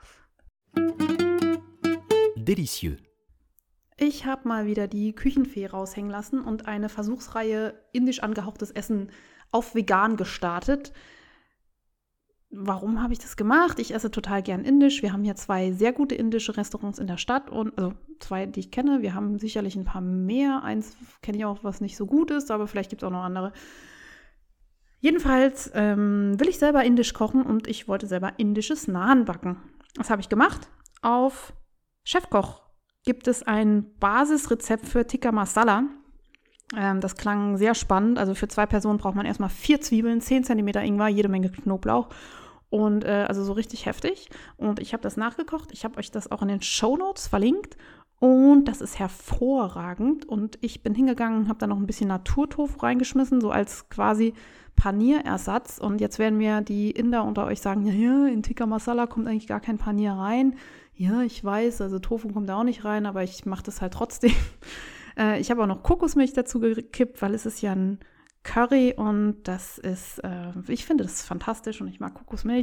Delicieux. Ich habe mal wieder die Küchenfee raushängen lassen und eine Versuchsreihe indisch angehauchtes Essen auf vegan gestartet. Warum habe ich das gemacht? Ich esse total gern indisch. Wir haben hier zwei sehr gute indische Restaurants in der Stadt und also zwei, die ich kenne. Wir haben sicherlich ein paar mehr. Eins kenne ich auch, was nicht so gut ist, aber vielleicht gibt es auch noch andere. Jedenfalls ähm, will ich selber indisch kochen und ich wollte selber indisches Naan backen. Was habe ich gemacht? Auf Chefkoch gibt es ein Basisrezept für Tikka Masala. Ähm, das klang sehr spannend. Also für zwei Personen braucht man erstmal vier Zwiebeln, zehn Zentimeter Ingwer, jede Menge Knoblauch Und äh, also so richtig heftig. Und ich habe das nachgekocht. Ich habe euch das auch in den Shownotes verlinkt. Und das ist hervorragend. Und ich bin hingegangen, habe da noch ein bisschen Naturtofu reingeschmissen, so als quasi Panierersatz. Und jetzt werden mir die Inder unter euch sagen, ja, ja, in Tikka Masala kommt eigentlich gar kein Panier rein. Ja, ich weiß, also Tofu kommt da auch nicht rein, aber ich mache das halt trotzdem. äh, ich habe auch noch Kokosmilch dazu gekippt, weil es ist ja ein Curry und das ist, äh, ich finde das fantastisch und ich mag Kokosmilch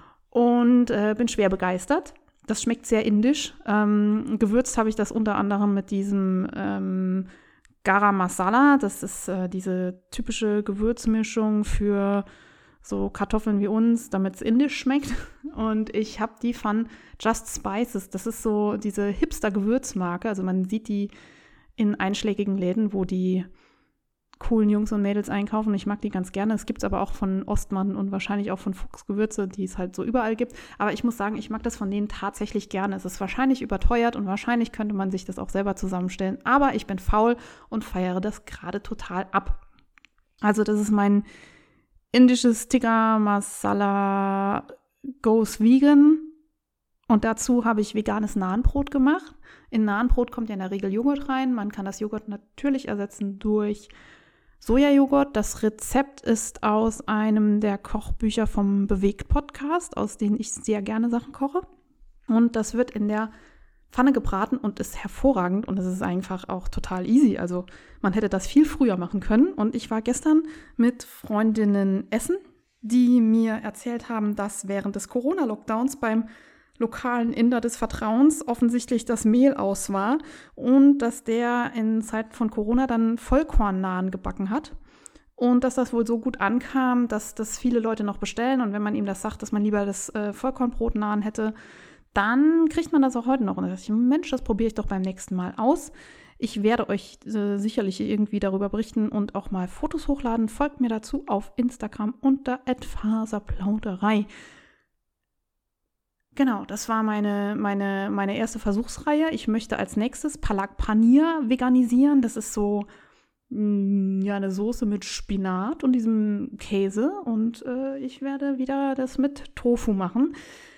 und äh, bin schwer begeistert. Das schmeckt sehr indisch. Ähm, gewürzt habe ich das unter anderem mit diesem ähm, Garam Masala. Das ist äh, diese typische Gewürzmischung für so Kartoffeln wie uns, damit es indisch schmeckt. Und ich habe die von Just Spices. Das ist so diese Hipster-Gewürzmarke. Also man sieht die in einschlägigen Läden, wo die coolen Jungs und Mädels einkaufen. Ich mag die ganz gerne. Es gibt es aber auch von Ostmann und wahrscheinlich auch von Fuchs Gewürze, die es halt so überall gibt. Aber ich muss sagen, ich mag das von denen tatsächlich gerne. Es ist wahrscheinlich überteuert und wahrscheinlich könnte man sich das auch selber zusammenstellen. Aber ich bin faul und feiere das gerade total ab. Also das ist mein indisches Tikka Masala Goes Vegan. Und dazu habe ich veganes Nahenbrot gemacht. In Nahenbrot kommt ja in der Regel Joghurt rein. Man kann das Joghurt natürlich ersetzen durch Sojajoghurt. Das Rezept ist aus einem der Kochbücher vom Bewegt-Podcast, aus denen ich sehr gerne Sachen koche. Und das wird in der Pfanne gebraten und ist hervorragend. Und es ist einfach auch total easy. Also man hätte das viel früher machen können. Und ich war gestern mit Freundinnen essen, die mir erzählt haben, dass während des Corona-Lockdowns beim lokalen Inder des Vertrauens offensichtlich das Mehl aus war und dass der in Zeiten von Corona dann Vollkornnahen gebacken hat und dass das wohl so gut ankam, dass das viele Leute noch bestellen und wenn man ihm das sagt, dass man lieber das äh, Vollkornbrotnahen hätte, dann kriegt man das auch heute noch. Und da dachte ich, Mensch, das probiere ich doch beim nächsten Mal aus. Ich werde euch äh, sicherlich irgendwie darüber berichten und auch mal Fotos hochladen. Folgt mir dazu auf Instagram unter at faserplauderei. Genau, das war meine, meine, meine erste Versuchsreihe. Ich möchte als nächstes Palak Paneer veganisieren. Das ist so mh, ja, eine Soße mit Spinat und diesem Käse. Und äh, ich werde wieder das mit Tofu machen.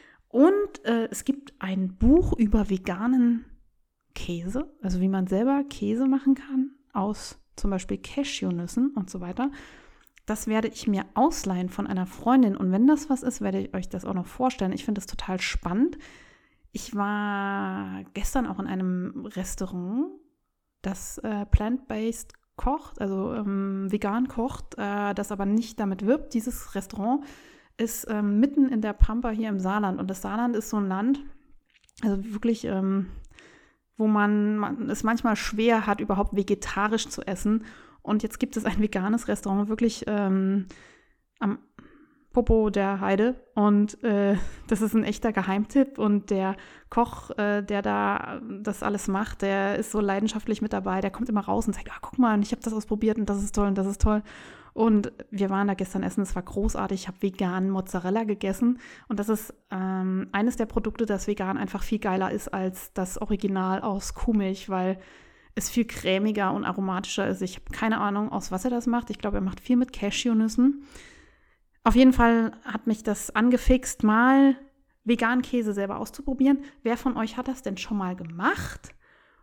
Und äh, es gibt ein Buch über veganen Käse, also wie man selber Käse machen kann aus zum Beispiel Cashewnüssen und so weiter. Das werde ich mir ausleihen von einer Freundin. Und wenn das was ist, werde ich euch das auch noch vorstellen. Ich finde das total spannend. Ich war gestern auch in einem Restaurant, das äh, plant-based kocht, also ähm, vegan kocht, äh, das aber nicht damit wirbt. Dieses Restaurant ist ähm, mitten in der Pampa hier im Saarland. Und das Saarland ist so ein Land, also wirklich, ähm, wo man, man es manchmal schwer hat, überhaupt vegetarisch zu essen. Und jetzt gibt es ein veganes Restaurant, wirklich ähm, am Popo der Heide. Und äh, das ist ein echter Geheimtipp. Und der Koch, äh, der da das alles macht, der ist so leidenschaftlich mit dabei. Der kommt immer raus und sagt, ah, guck mal, ich habe das ausprobiert und das ist toll und das ist toll. Und wir waren da gestern essen, es war großartig. Ich habe veganen Mozzarella gegessen. Und das ist ähm, eines der Produkte, das vegan einfach viel geiler ist als das Original aus Kuhmilch, weil es viel cremiger und aromatischer ist. Ich habe keine Ahnung, aus was er das macht. Ich glaube, er macht viel mit Cashewnüssen. Auf jeden Fall hat mich das angefixt, mal veganen Käse selber auszuprobieren. Wer von euch hat das denn schon mal gemacht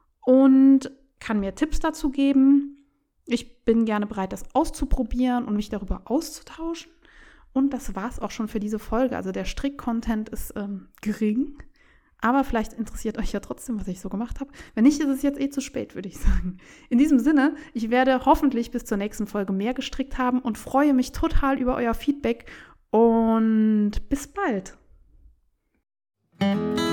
und kann mir Tipps dazu geben? Ich bin gerne bereit, das auszuprobieren und mich darüber auszutauschen. Und das war es auch schon für diese Folge. Also der Strick-Content ist ähm, gering. Aber vielleicht interessiert euch ja trotzdem, was ich so gemacht habe. Wenn nicht, ist es jetzt eh zu spät, würde ich sagen. In diesem Sinne, ich werde hoffentlich bis zur nächsten Folge mehr gestrickt haben und freue mich total über euer Feedback und bis bald.